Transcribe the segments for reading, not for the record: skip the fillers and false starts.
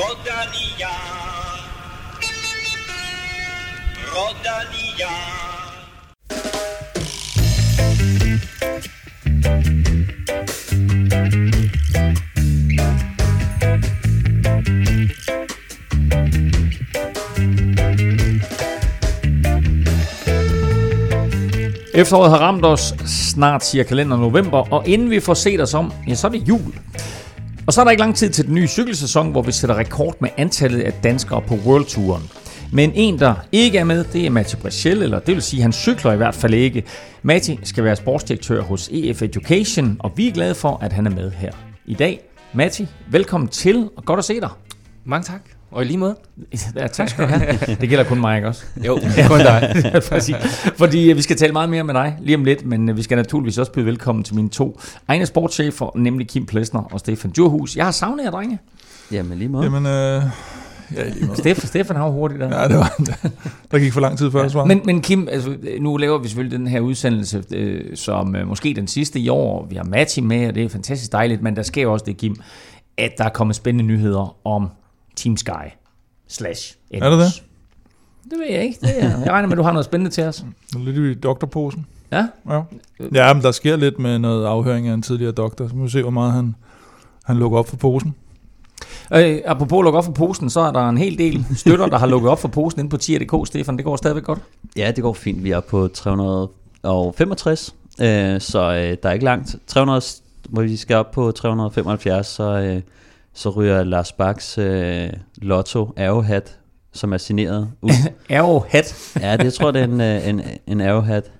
Rodalia. Rodalia. Efteråret har ramt os, snart siger kalender november, og inden vi får set os om, ja, så er det jul. Og så er der ikke lang tid til den nye cykelsæson, hvor vi sætter rekord med antallet af danskere på World Touren. Men en, der ikke er med, det er Matti Brechel, eller det vil sige, han cykler i hvert fald ikke. Matti skal være sportsdirektør hos EF Education, og vi er glade for, at han er med her i dag. Matti, velkommen til, og godt at se dig. Mange tak. Og i lige måde. Ja, tak skal du have. Det gælder kun mig, ikke også? Jo, kun dig. Fordi vi skal tale meget mere med dig lige om lidt, men vi skal naturligvis også byde velkommen til mine to egne sportschefer, nemlig Kim Plesner og Stefan Djurhus. Jeg har savnet jer, drenge. Jamen lige måde. Jamen, ja, lige måde. Stefan har jo hurtigt der. Ja, det var der gik for lang tid før det svarede. Men Kim, altså, nu laver vi selvfølgelig den her udsendelse, som måske den sidste i år. Vi har Matti med, og det er fantastisk dejligt, men der sker også det, Kim, at der er kommet spændende nyheder om Team Sky / Er det det? Det ved jeg ikke. Jeg regner med, at du har noget spændende til os. Lidt i doktorposen. Ja? Ja, men der sker lidt med noget afhøring af en tidligere doktor. Så må vi se, hvor meget han lukker op for posen. Apropos lukke op for posen, så er der en hel del støtter, der har lukket op for posen inde på tier.dk. Stefan, det går stadigvæk godt? Ja, det går fint. Vi er på 365, så der er ikke langt. 300, hvor vi skal op på 375, så ryger Lars Baks Lotto Aerohat, som er signeret ud. Aerohat? Ja, det tror jeg, det er en Aerohat.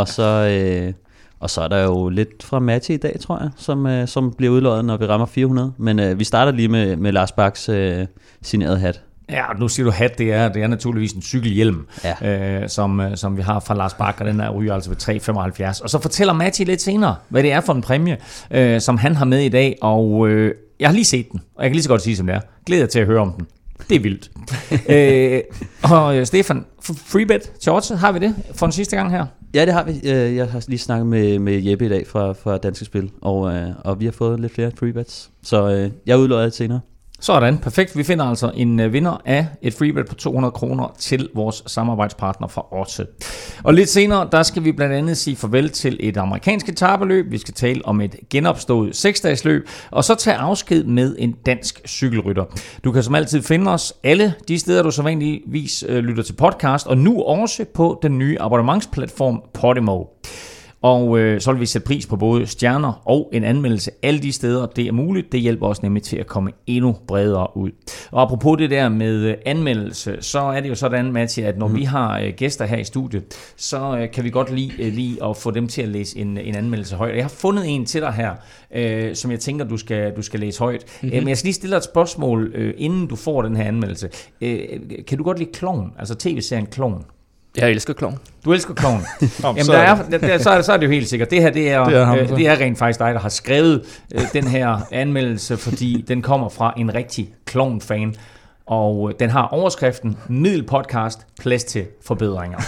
Og så er der jo lidt fra Matti i dag, tror jeg, som bliver udløjet, når vi rammer 400. Men vi starter lige med Lars Baks signerede hat. Ja, nu siger du hat, det er naturligvis en cykelhjelm, ja. Som vi har fra Lars Bak, og den er ryger altså ved 3,75. Og så fortæller Matti lidt senere, hvad det er for en præmie, som han har med i dag, og jeg har lige set den, og jeg kan lige så godt sige, som det er. Glæder til at høre om den. Det er vildt. Og Stefan, freebet til odds, har vi det for den sidste gang her? Ja, det har vi. Jeg har lige snakket med Jeppe i dag fra Danske Spil, og vi har fået lidt flere freebets, så jeg udløjer det senere. Sådan, perfekt. Vi finder altså en vinder af et freebet på 200 kroner til vores samarbejdspartner fra Odds. Og lidt senere, der skal vi blandt andet sige farvel til et amerikansk etapeløb. Vi skal tale om et genopstået 6-dagsløb, og så tage afsked med en dansk cykelrytter. Du kan som altid finde os alle de steder, du så vanligvis lytter til podcast, og nu også på den nye abonnementsplatform Podimo. Og så vil vi sætte pris på både stjerner og en anmeldelse alle de steder, det er muligt. Det hjælper os nemlig til at komme endnu bredere ud. Og apropos det der med anmeldelse, så er det jo sådan, Matti, at når vi har gæster her i studiet, så kan vi godt lide at få dem til at læse en anmeldelse højt. Jeg har fundet en til dig her, som jeg tænker, du skal læse højt. Men jeg skal lige stille dig et spørgsmål, inden du får den her anmeldelse. Kan du godt lide Klovn, altså tv-serien Klovn? Jeg elsker Klovn. Du elsker Klovn. Jamen, så er det jo helt sikkert. Det her, det er rent faktisk dig, der har skrevet den her anmeldelse, fordi den kommer fra en rigtig Klovn-fan. Og den har overskriften Middelpodcast, plads til forbedringer.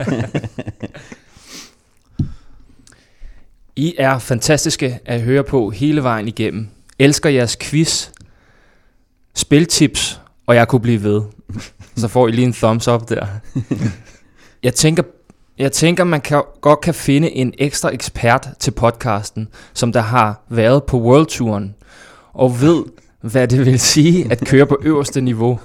I er fantastiske at høre på hele vejen igennem. Elsker jeres quiz, spiltips, og jeg kunne blive ved. Så får I lige en thumbs up der. Jeg tænker man godt kan finde en ekstra ekspert til podcasten, som der har været på World Touren, og ved, hvad det vil sige at køre på øverste niveau.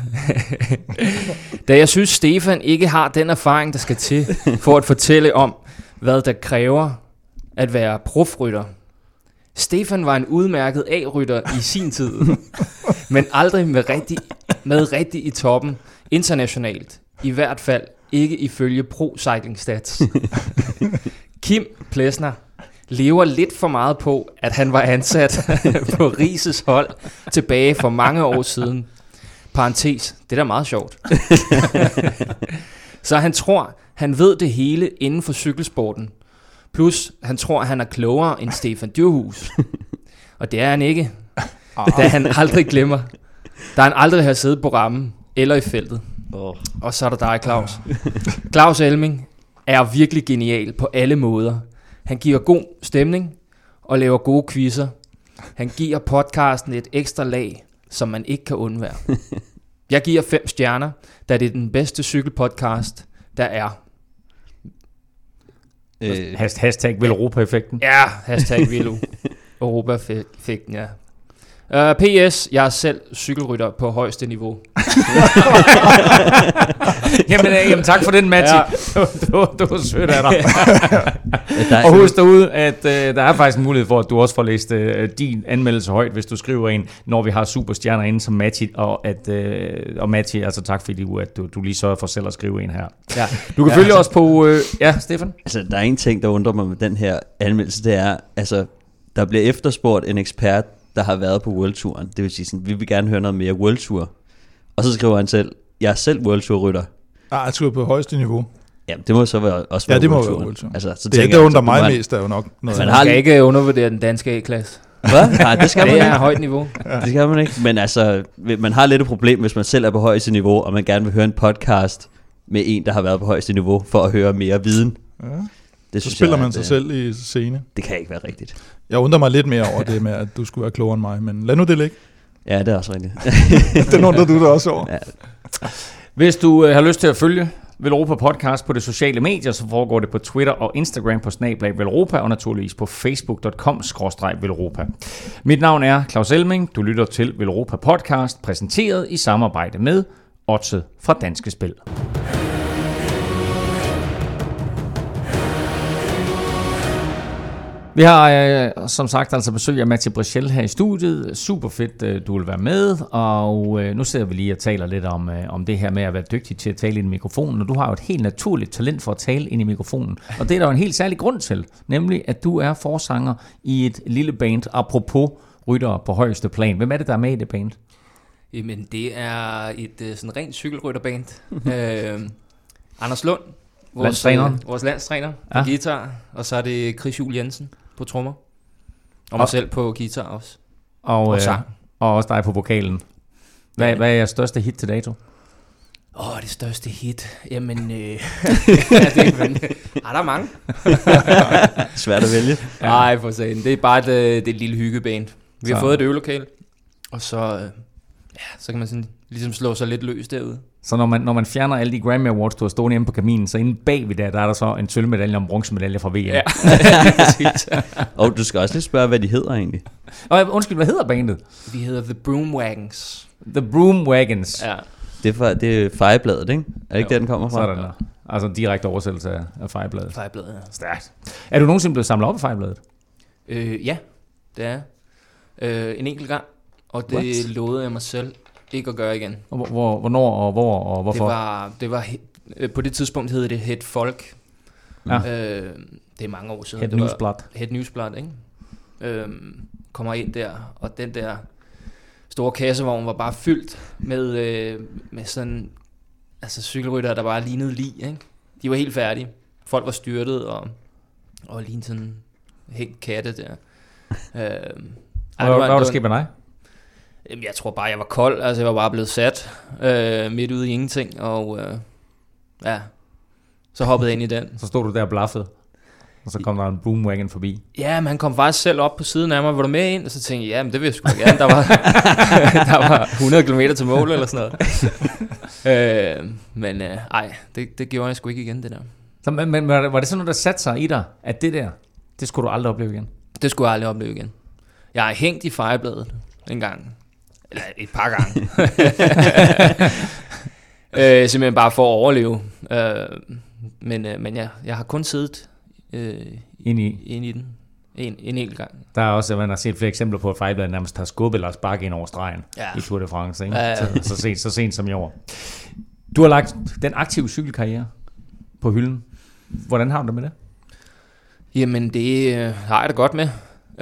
Da jeg synes, Stefan ikke har den erfaring, der skal til for at fortælle om, hvad der kræver at være profrytter. Stefan var en udmærket A-rytter i sin tid, men aldrig med rigtig i toppen internationalt. I hvert fald ikke ifølge Pro Cycling Stats. Kim Plesner lever lidt for meget på, at han var ansat på Rises hold tilbage for mange år siden. Parentes, det er da meget sjovt. Så han tror, han ved det hele inden for cykelsporten. Plus, han tror, han er klogere end Stefan Djurhus. Og det er han ikke. Da han aldrig glemmer. Da han aldrig har siddet på rammen eller i feltet. Og så er der dig, Claus. Claus Elming er virkelig genial på alle måder. Han giver god stemning og laver gode quizzer. Han giver podcasten et ekstra lag som man ikke kan undvære. Jeg giver 5 stjerner, da det er den bedste cykelpodcast, der er. Hashtag Velropa-effekten. Ja, hashtag Velo. Europa-effekten, ja. PS, jeg er selv cykelrytter på højeste niveau. jamen tak for den, Matti. Ja. Det var sødt af dig. Der og husk derude, at der er faktisk en mulighed for, at du også får læst din anmeldelse højt, hvis du skriver en, når vi har superstjerner inde som Matti. Og Matti, altså tak fordi du lige sørger for selv at skrive en her. Ja. Du kan følge os på... Stefan? Altså, der er en ting, der undrer mig med den her anmeldelse, det er, altså, der bliver efterspurgt en ekspert, der har været på World Touren. Det vil sige sådan, vi vil gerne høre noget mere World Tour. Og så skriver han selv, jeg er selv World Tour rytter. Jeg tror på højeste niveau. Jamen, det må så være, også være det må World være Touren. World Tour. Altså, så det undrer mig mest, er jo nok noget. Man skal ikke undervurdere den danske A-klasse. Hvad? Nej, det skal man ikke. Det er højt niveau. Ja. Det skal man ikke. Men altså, man har lidt et problem, hvis man selv er på højeste niveau, og man gerne vil høre en podcast med en, der har været på højeste niveau, for at høre mere viden. Ja. Det så spiller man sig selv i scene. Det kan ikke være rigtigt. Jeg undrer mig lidt mere over det med, at du skulle være klogere end mig, men lad nu det ligge. Ja, det er også rigtigt. Den undrer du det også over. Ja. Hvis du har lyst til at følge Velropa Podcast på de sociale medier, så foregår det på Twitter og Instagram på @Velropa og naturligvis på facebook.com/Velropa. Mit navn er Claus Elming. Du lytter til Velropa Podcast, præsenteret i samarbejde med Odset fra Danske Spil. Vi har som sagt altså besøg af Matti Brichel her i studiet. Super fedt, du vil være med. Og nu sidder vi lige og taler lidt om det her med at være dygtig til at tale ind i mikrofonen. Og du har jo et helt naturligt talent for at tale ind i mikrofonen. Og det er der jo en helt særlig grund til. Nemlig at du er forsanger i et lille band, apropos ryttere på højeste plan. Hvem er det, der er med i det band? Jamen det er et sådan rent cykelrytterband. Anders Lund. Vores landstræner på guitar. Og så er det Chris Juhl Jensen på trommer. Og mig selv på guitar også. Og sang. Og også dig på vokalen. Hvad er jeres største hit til dato? Det største hit? Jamen... der er mange. Svært at vælge. Nej, for sagen. Det er bare det lille hyggeband. Vi har fået et øvelokale. Og så kan man sådan ligesom slå sig lidt løs derude. Så når man fjerner alle de Grammy Awards, du har stående hjemme på kaminen, så inde bagved der er der så en sølvmedalje og en bronzemedalje fra VM. Ja, præcis. Og du skal også lige spørge, hvad de hedder egentlig. Undskyld, hvad hedder bandet? Vi hedder The Broomwagons. The Broomwagons. Ja. Det er Fejebladet, ikke? Er det ikke der, den kommer fra? Sådan der. Altså en direkte oversættelse af Fejebladet. Fejebladet, ja. Stærkt. Er du nogensinde blevet samlet op af Fejebladet? Ja, det er en enkelt gang. Og det lovede jeg mig selv ikke at gøre igen. Hvornår og hvor og hvorfor? Det var på det tidspunkt hed det Het Folk. Ja. Det er mange år siden. Het Newsblad. Het Newsblad, ikke? Kommer ind der, og den der store kassevogn var bare fyldt med sådan altså cykelryttere, der bare lignede lig, ikke? De var helt færdige. Folk var styrtet og lignede sådan helt katte der. Hvad var der sket med dig? Jeg tror bare, jeg var kold. Altså, jeg var bare blevet sat midt ude i ingenting. Og så hoppede jeg ind i den. Så stod du der og blaffede. Og så kom der en Broomwagon forbi. Ja, men han kom faktisk selv op på siden af mig. Var du med ind? Og så tænkte jeg, ja, men det vil jeg sgu da gerne. Der var 100 km til mål eller sådan noget. Men det gjorde jeg sgu ikke igen, det der. Så, men var det sådan noget, der satte sig i dig, at det skulle du aldrig opleve igen? Det skulle jeg aldrig opleve igen. Jeg har hængt i Fejebladet en gang. Eller et par gange. Simpelthen bare for at overleve. Men jeg har kun siddet ind i den en enkelt gang. Der er også, man har set flere eksempler på, at Fejebladet nærmest har skubbet Lars Bak ind over stregen i Tour de France. Ikke? Ja. Så sent som i år. Du har lagt den aktive cykelkarriere på hylden. Hvordan har du det med det? Jamen, det har jeg det godt med.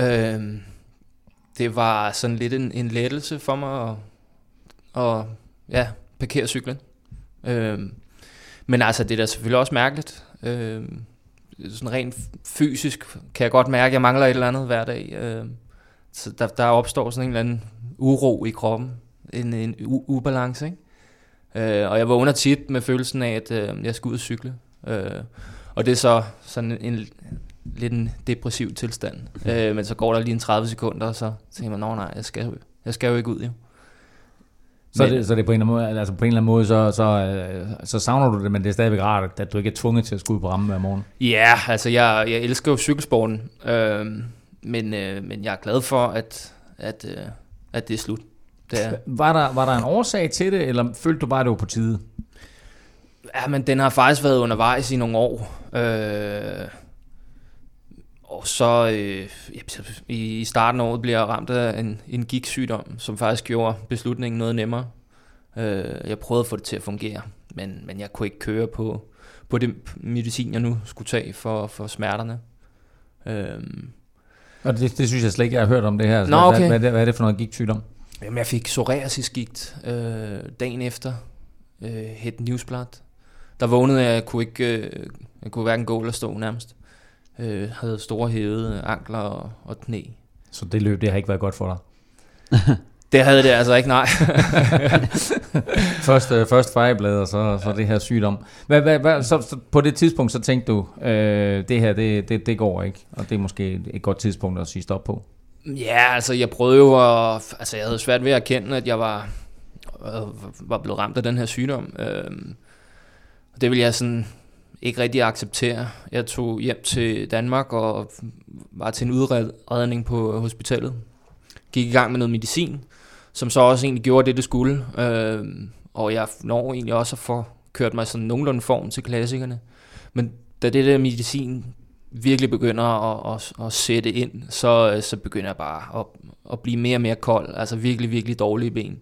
Det var sådan lidt en lettelse for mig at parkere cyklen. Men altså, det er da selvfølgelig også mærkeligt. Sådan rent fysisk kan jeg godt mærke, at jeg mangler et eller andet hver dag. Så der opstår sådan en eller anden uro i kroppen. En ubalance, ikke? Og jeg vågner tit med følelsen af, at jeg skal ud og cykle. Og det er så sådan lidt en depressiv tilstand. Men så går der lige en 30 sekunder, og så tænker man, nej, jeg skal jo ikke ud, jo. Så det på en eller anden måde, så savner du det, men det er stadigvæk rart, at du ikke er tvunget til at skulle ud på rammen hver morgen. Ja, altså jeg elsker jo cykelsporten, men jeg er glad for, at det er slut. Det er. Var der en årsag til det, eller følte du bare, at det var på tide? Ja, men den har faktisk været undervejs i nogle år. Og så i starten af året bliver jeg ramt af en gigtsygdom, som faktisk gjorde beslutningen noget nemmere. Jeg prøvede at få det til at fungere, men jeg kunne ikke køre på det medicin, jeg nu skulle tage for smerterne. Og det synes jeg slet ikke, jeg har hørt om det her. Nå, okay. Hvad er det for noget gigtsygdom? Jamen, jeg fik psoriasisgigt dagen efter het newsblad. Der vågnede jeg kunne hverken gå eller stå nærmest. Havde store hævede ankler og knæ. Så det har ikke været godt for dig? Det havde det altså ikke, nej. Først fejreblad, og så det her sygdom. Så på det tidspunkt, så tænkte du, det her, det går ikke, og det er måske et godt tidspunkt at sige stop på? Ja, altså jeg prøvede jo jeg havde svært ved at erkende, at jeg var blevet ramt af den her sygdom. Det ville jeg sådan ikke rigtig acceptere. Jeg tog hjem til Danmark og var til en udredning på hospitalet. Gik i gang med noget medicin, som så også egentlig gjorde det skulle. Og jeg når egentlig også at få kørt mig sådan nogenlunde form til klassikerne. Men da det der medicin virkelig begynder at sætte ind, så begynder jeg bare at blive mere og mere kold. Altså virkelig, virkelig dårlige ben.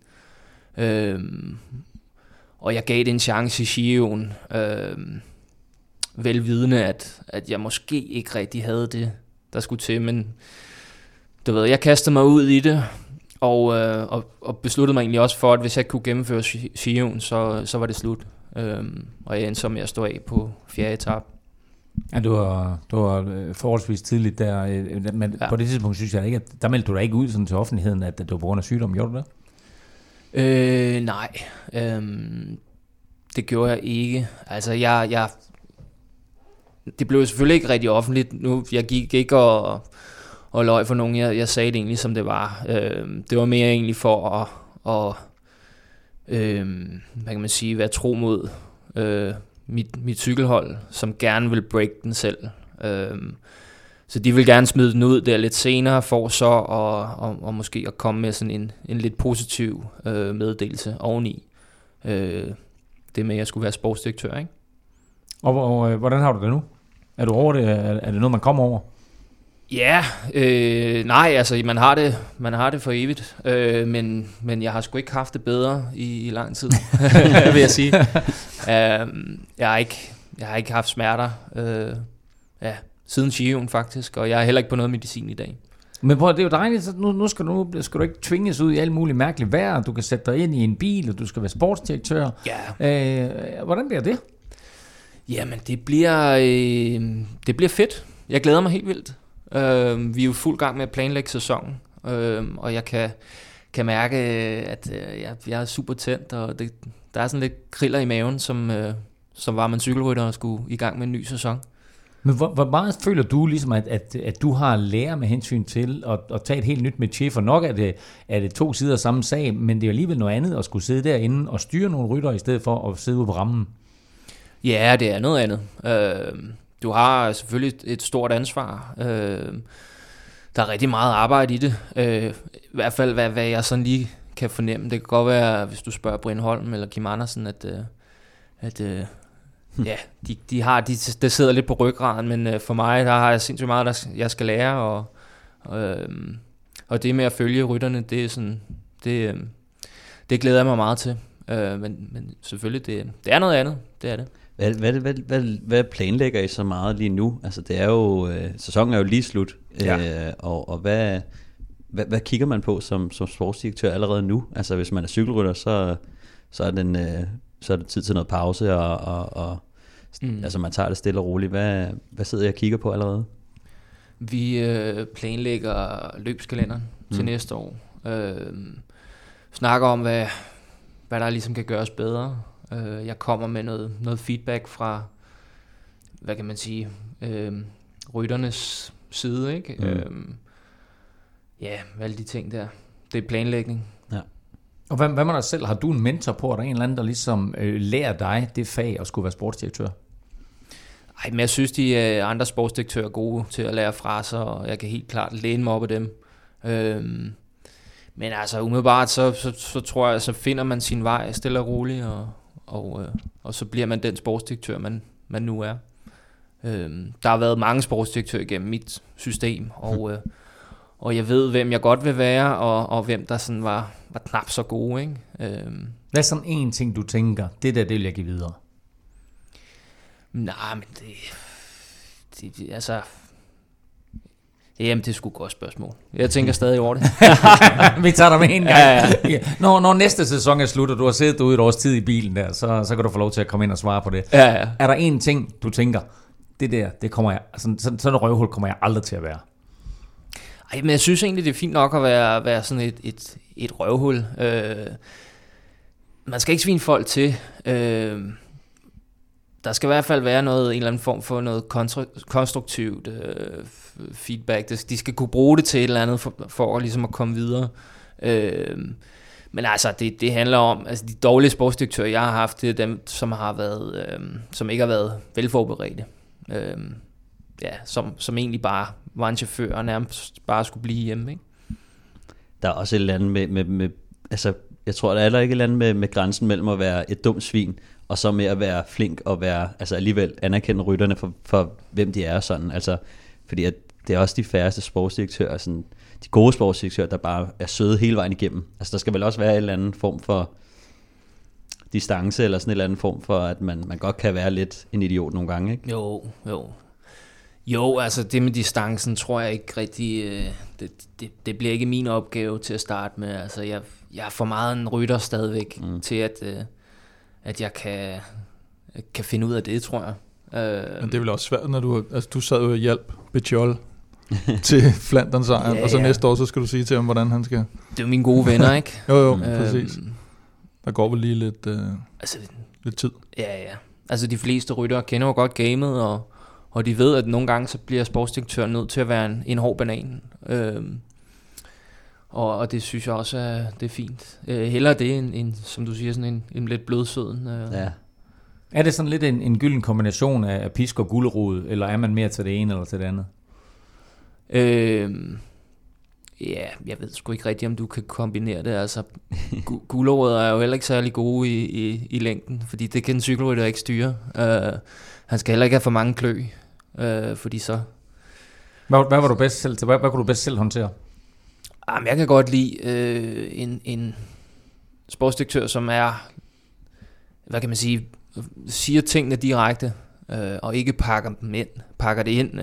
Og jeg gav det en chance i Gio'en, velvidende, at jeg måske ikke rigtig havde det, der skulle til. Men du ved, jeg kastede mig ud i det, og besluttede mig egentlig også for, at hvis jeg kunne gennemføre Gio'en, så var det slut. Og jeg endte så med at stå af på 4. etape. Ja, du var forholdsvis tidligt der, men ja. På det tidspunkt synes jeg ikke, at der meldte du dig ikke ud sådan til offentligheden, at det var på grund af sygdom. Gjorde du det? Nej, det gjorde jeg ikke. Altså det blev selvfølgelig ikke rigtig offentligt. Nu, jeg gik ikke og løg for nogen. Jeg sagde det egentlig, som det var. Det var mere egentlig for at hvad kan man sige, være tro mod mit cykelhold, som gerne vil break den selv. Så de vil gerne smide den ud der lidt senere, for så og måske at komme med sådan en lidt positiv meddelelse oveni. Det med, at jeg skulle være sportsdirektør, ikke? Og hvordan har du det nu? Er du over det? Er det noget, man kommer over? Ja, nej, altså man har det for evigt, men jeg har sgu ikke haft det bedre i lang tid, vil jeg sige. Jeg har ikke haft smerter siden Gio'en faktisk, og jeg er heller ikke på noget medicin i dag. Men prøv, det er jo dejligt, så nu skal du ikke tvinges ud i alt muligt mærkeligt vejr, du kan sætte dig ind i en bil, og du skal være sportsdirektør. Ja. Hvordan bliver det? Jamen, det bliver fedt. Jeg glæder mig helt vildt. Vi er jo fuld gang med at planlægge sæsonen, og jeg kan mærke, at jeg er super tændt, og der er sådan lidt kriller i maven, som var man cykelrytter og skulle i gang med en ny sæson. Men hvor meget føler du ligesom, at du har lært med hensyn til at tage et helt nyt métier? For nok er det to sider af samme sag, men det er alligevel noget andet at skulle sidde derinde og styre nogle rytter, i stedet for at sidde ude på rammen. Ja, det er noget andet. Du har selvfølgelig et stort ansvar. Der er rigtig meget arbejde i det. I hvert fald, hvad jeg sådan lige kan fornemme. Det kan godt være, hvis du spørger Brian Holm eller Kim Andersen, at ja, det sidder lidt på ryggraden, men for mig, der har jeg sindssygt meget, jeg skal lære, og det med at følge rytterne, det er sådan, det glæder jeg mig meget til. Men selvfølgelig, det er noget andet, det er det. Hvad planlægger I så meget lige nu? Altså det er jo, sæsonen er jo lige slut, ja. Og hvad kigger man på som sportsdirektør allerede nu? Altså hvis man er cykelrytter, så er det tid til noget pause, og altså man tager det stille og roligt. Hvad sidder jeg og kigger på allerede? Vi planlægger løbskalenderen til næste år. Snakker om, hvad der ligesom kan gøres bedre. Jeg kommer med noget feedback fra, hvad kan man sige, rytternes side, ikke? Ja, alle de ting der. Det er planlægning. Ja. Og hvad med dig selv? Har du en mentor på? Er der en eller anden, der ligesom lærer dig det fag at skulle være sportsdirektør? Ej, men jeg synes, de andre sportsdirektører er gode til at lære fra sig, og jeg kan helt klart læne mig op af dem. Men altså umiddelbart, så tror jeg, så finder man sin vej stille og roligt, og så bliver man den sportsdirektør, man nu er. Der har været mange sportsdirektører igennem mit system, og jeg ved, hvem jeg godt vil være, og hvem der sådan var knap så gode. Ikke? Hvad er sådan en ting, du tænker, det vil jeg give videre? Nej, men det altså... Jamen, det er sgu et godt spørgsmål. Jeg tænker stadig over det. Vi tager dig med en gang. Ja. Når næste sæson er slut, og du har siddet ude et års tid i bilen der, så kan du få lov til at komme ind og svare på det. Ja. Er der en ting, du tænker, det kommer jeg, sådan et røvhul kommer jeg aldrig til at være? Ej, men jeg synes egentlig, det er fint nok at være sådan et røvhul. Man skal ikke svine folk til. Der skal i hvert fald være en eller anden form for noget konstruktivt feedback. De skal kunne bruge det til et eller andet for ligesom at komme videre. Men altså, det handler om, altså de dårlige sportsdirektører, jeg har haft, det er dem, som har været, som ikke har været velforberedte. Som egentlig bare var en chauffør og nærmest bare skulle blive hjemme, ikke? Der er også et eller andet med altså, jeg tror, der er ikke et eller andet med grænsen mellem at være et dumt svin, og så med at være flink og være, altså alligevel anerkende rytterne for hvem de er sådan, altså, fordi at det er også de færreste sportsdirektører, sådan, de gode sportsdirektører, der bare er søde hele vejen igennem. Altså der skal vel også være en eller anden form for distance, eller sådan en eller anden form for, at man godt kan være lidt en idiot nogle gange, ikke? Jo, altså det med distancen tror jeg ikke rigtig, det bliver ikke min opgave til at starte med. Altså jeg er for meget en rytter stadigvæk til, at jeg kan finde ud af det, tror jeg. Men det er vel også svært, når du sad jo og hjalp Betjol til Flandern-sejren, og så næste år, så skal du sige til ham, hvordan han skal... Det er jo mine gode venner, ikke? jo, præcis. Der går vel lige lidt tid. Ja. Altså de fleste ryttere kender jo godt gamet, og de ved, at nogle gange så bliver sportsdirektøren nødt til at være en hård banan. Og det synes jeg også det er fint. Hellere det end som du siger, sådan en lidt blødsøden. Ja. Er det sådan lidt en gylden kombination af pisk og gulerod, eller er man mere til det ene eller til det andet? Ja, jeg ved sgu ikke rigtigt, om du kan kombinere det. Altså, gulerødder er jo heller ikke særlig gode i længden, fordi det kan en cykelrytter ikke styre. Han skal heller ikke have for mange klø, fordi så... Hvad var du bedst selv til? Hvad kunne du bedst selv håndtere? Jamen, jeg kan godt lide en sportsdirektør, som er, hvad kan man sige, siger tingene direkte, og ikke pakker det ind,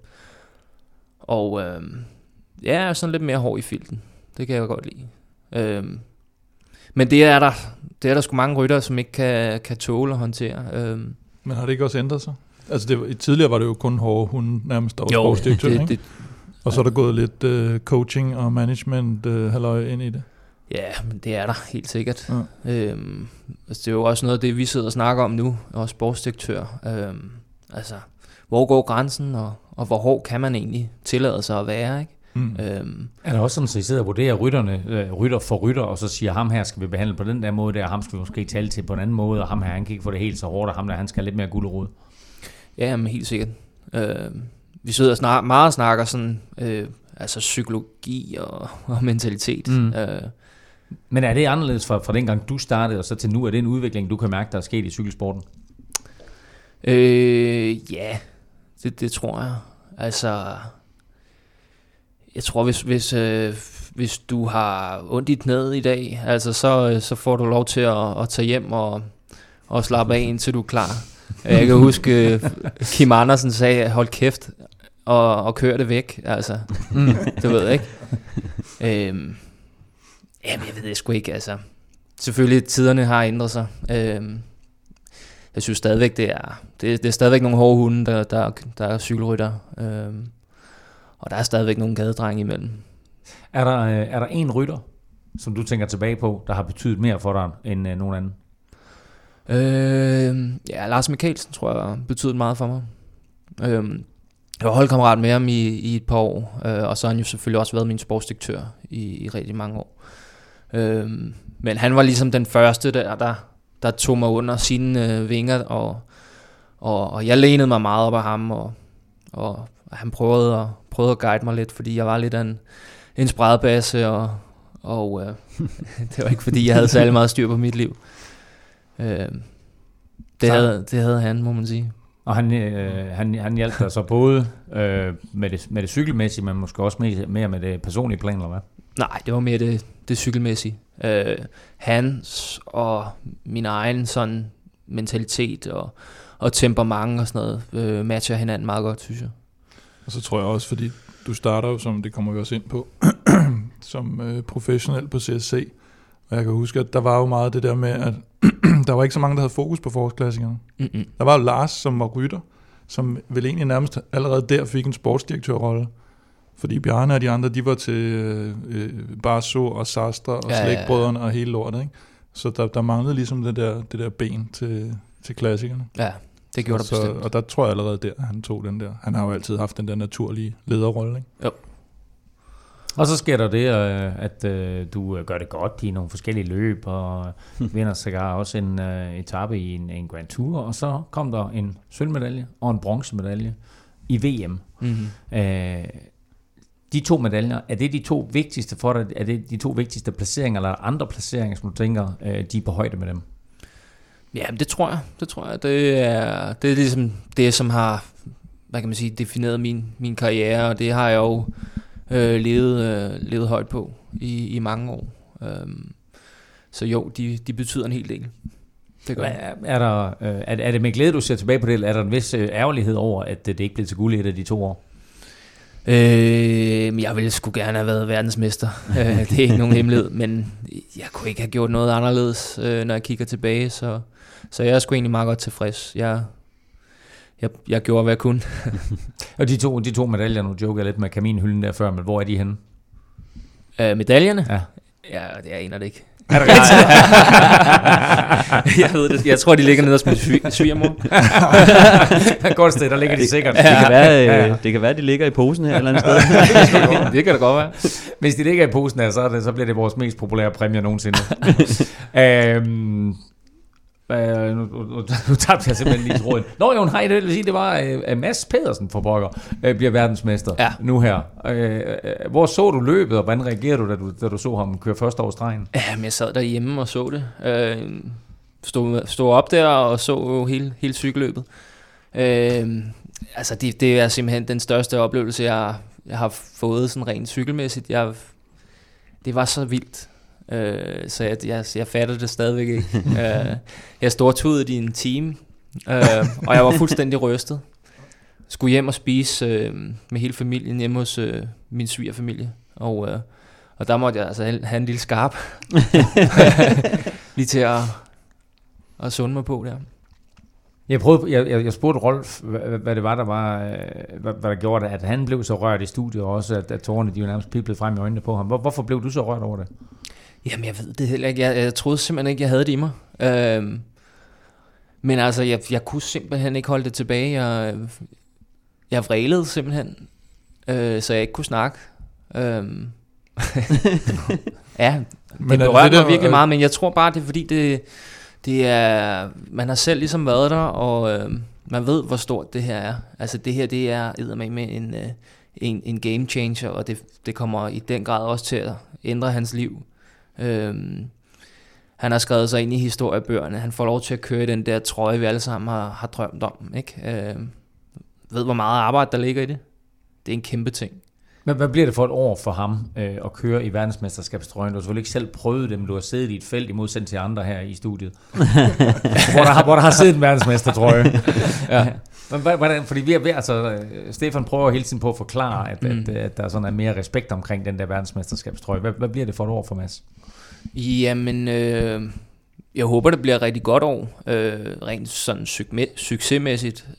ja, sådan lidt mere hård i filten. Det kan jeg godt lide. Men det er der sgu mange ryttere, som ikke kan tåle at håndtere. Men har det ikke også ændret sig? Altså tidligere var det jo kun hårde hunde nærmest, der var sportsdirektør, ikke? Og så er der gået lidt coaching og management halløj ind i det. Ja, men det er der helt sikkert. Ja. Altså det er jo også noget af det, vi sidder og snakker om nu, og sportsdirektør. Altså, hvor går grænsen, og hvor hård kan man egentlig tillade sig at være, ikke? Er det også sådan, at I sidder og vurderer rytter for rytter, og så siger, ham her skal vi behandle på den der måde, og ham skal vi måske tale til på en anden måde, og ham her, han kan ikke få det helt så hårdt, og ham der, han skal have lidt mere gulerod? Ja, men helt sikkert. Vi sidder og snakker sådan, altså psykologi og mentalitet. Men er det anderledes fra dengang du startede, og så til nu? Er det en udvikling, du kan mærke, der er sket i cykelsporten? Ja, det tror jeg. Altså, jeg tror, hvis du har ondt i knæet i dag, altså så får du lov til at tage hjem og slappe af, indtil du er klar. Jeg kan huske, Kim Andersen sagde, hold kæft og kør det væk. Altså, det ved jeg ikke. Jamen, jeg ved det sgu ikke. Altså, selvfølgelig, tiderne har ændret sig. Jeg synes stadigvæk, det er stadigvæk nogle hårde hunde, der er cykelrytter. Og der er stadigvæk nogle gadedrenge imellem. Er der en rytter, som du tænker tilbage på, der har betydet mere for dig end nogen anden? Ja, Lars Mikkelsen tror jeg har betydet meget for mig. Jeg var holdkammerat med ham i et par år, og så har han jo selvfølgelig også været min sportsdirektør i rigtig mange år. Men han var ligesom den første der tog mig under sine vinger, og jeg lænede mig meget op af ham, og han prøvede at guide mig lidt, fordi jeg var lidt af en spredbasse, og det var ikke fordi jeg havde særlig meget styr på mit liv. Det havde han, må man sige. Og han hjalp dig så både med det cykelmæssige, men måske også mere med det personlige plan, eller hvad? Nej, det var mere det cykelmæssige. Hans og min egen sådan mentalitet og temperament og sådan noget matcher hinanden meget godt, synes jeg. Og så tror jeg også, fordi du starter jo, som det kommer vi også ind på, som professionel på CSC. Og jeg kan huske, at der var jo meget det der med, at der var ikke så mange, der havde fokus på forårsklassikerne. Der var jo Lars, som var rytter, som vel egentlig nærmest allerede der fik en sportsdirektørrolle. Fordi Bjarne og de andre, de var til Barso og Sastre og Slægtbrødrene og hele lortet, ikke? Så der manglede ligesom det der ben til klassikerne. Ja, det gjorde der bestemt. Og der tror jeg allerede der, han tog den der. Han har jo altid haft den der naturlige lederrolle, ikke? Jo. Og så sker der det, at du gør det godt i nogle forskellige løb, og vinder sågar også en etape i en Grand Tour, og så kom der en sølvmedalje og en bronzemedalje i VM. Mm-hmm. De 2 medaljer, er det de 2 vigtigste for dig? Er det de 2 vigtigste placeringer, eller andre placeringer, som du tænker, de er på højde med dem? Ja, det tror jeg. Det er ligesom det, som har, hvad kan man sige, defineret min karriere, og det har jeg jo levet højt på i mange år. Så jo, de betyder en hel del. Det gør er det med glæde, du ser tilbage på det, eller er der en vis ærgerlighed over, at det ikke blev til guld i et af de 2 år? Jeg ville sgu gerne have været verdensmester. Det er ikke nogen hemmelighed, men jeg kunne ikke have gjort noget anderledes, når jeg kigger tilbage, så jeg er sgu egentlig meget godt tilfreds. Jeg gjorde, hvad jeg kunne. Og de to medaljer, nu joker jeg lidt med kaminhylden der før, men hvor er de henne? Medaljerne? Ja. Ja, det aner det ikke. Er det jeg ved det. Jeg tror, de ligger nede hos min svigermor. Godt sted, der ligger de sikkert. Det kan være, de ligger i posen her et eller andet sted. Det kan da godt være. Hvis de ligger i posen her, så bliver det vores mest populære præmie nogensinde. Nu tabte jeg simpelthen lige tråden. Nå jo, nej, det vil sige, det var Mads Pedersen for pokker bliver verdensmester nu her. Hvor så du løbet, og hvordan reagerede du, da du så ham køre første over stregen? Jamen, jeg sad derhjemme og så det. Stod op der og så jo hele cykelløbet. Altså, det er simpelthen den største oplevelse, jeg har fået sådan rent cykelmæssigt. Det var så vildt. Så jeg fatter det stadigvæk ikke. Jeg stortudede i en time, og jeg var fuldstændig rystet. Skulle hjem og spise med hele familien hjemme hos min svigerfamilie, og der måtte jeg altså have en lille skarp lige til at sunde mig på der. Jeg spurgte Rolf, hvad det var, hvad der gjorde det, at han blev så rørt i studiet, og også at tårerne, de jo nærmest piblede frem i øjnene på ham. Hvorfor blev du så rørt over det? Jamen, jeg ved det heller ikke. Jeg troede simpelthen ikke, jeg havde det i mig. Men altså, jeg kunne simpelthen ikke holde det tilbage. Jeg vrælede simpelthen, så jeg ikke kunne snakke. Ja, det berørte mig virkelig meget, men jeg tror bare, det er fordi, det er, man har selv ligesom været der, og man ved, hvor stort det her er. Altså, det her, det er eddermame en game changer, og det kommer i den grad også til at ændre hans liv. Han har skrevet sig ind i historiebøgerne. Han får lov til at køre i den der trøje, vi alle sammen har drømt om, ikke? Ved, hvor meget arbejde der ligger i det. Det er en kæmpe ting. Men hvad bliver det for et år for ham at køre i verdensmesterskabstrøjen? Du har selvfølgelig ikke selv prøvet det, men du har siddet i et felt i modsætning til andre her i studiet, hvor der har siddet en verdensmestertrøje. Ja. Men hvordan, fordi Stefan prøver hele tiden på at forklare, at der sådan er mere respekt omkring den der verdensmesterskabstrøje. Hvad bliver det for et år for Mads? Jamen, jeg håber, det bliver et rigtig godt år. Rent sådan succesmæssigt.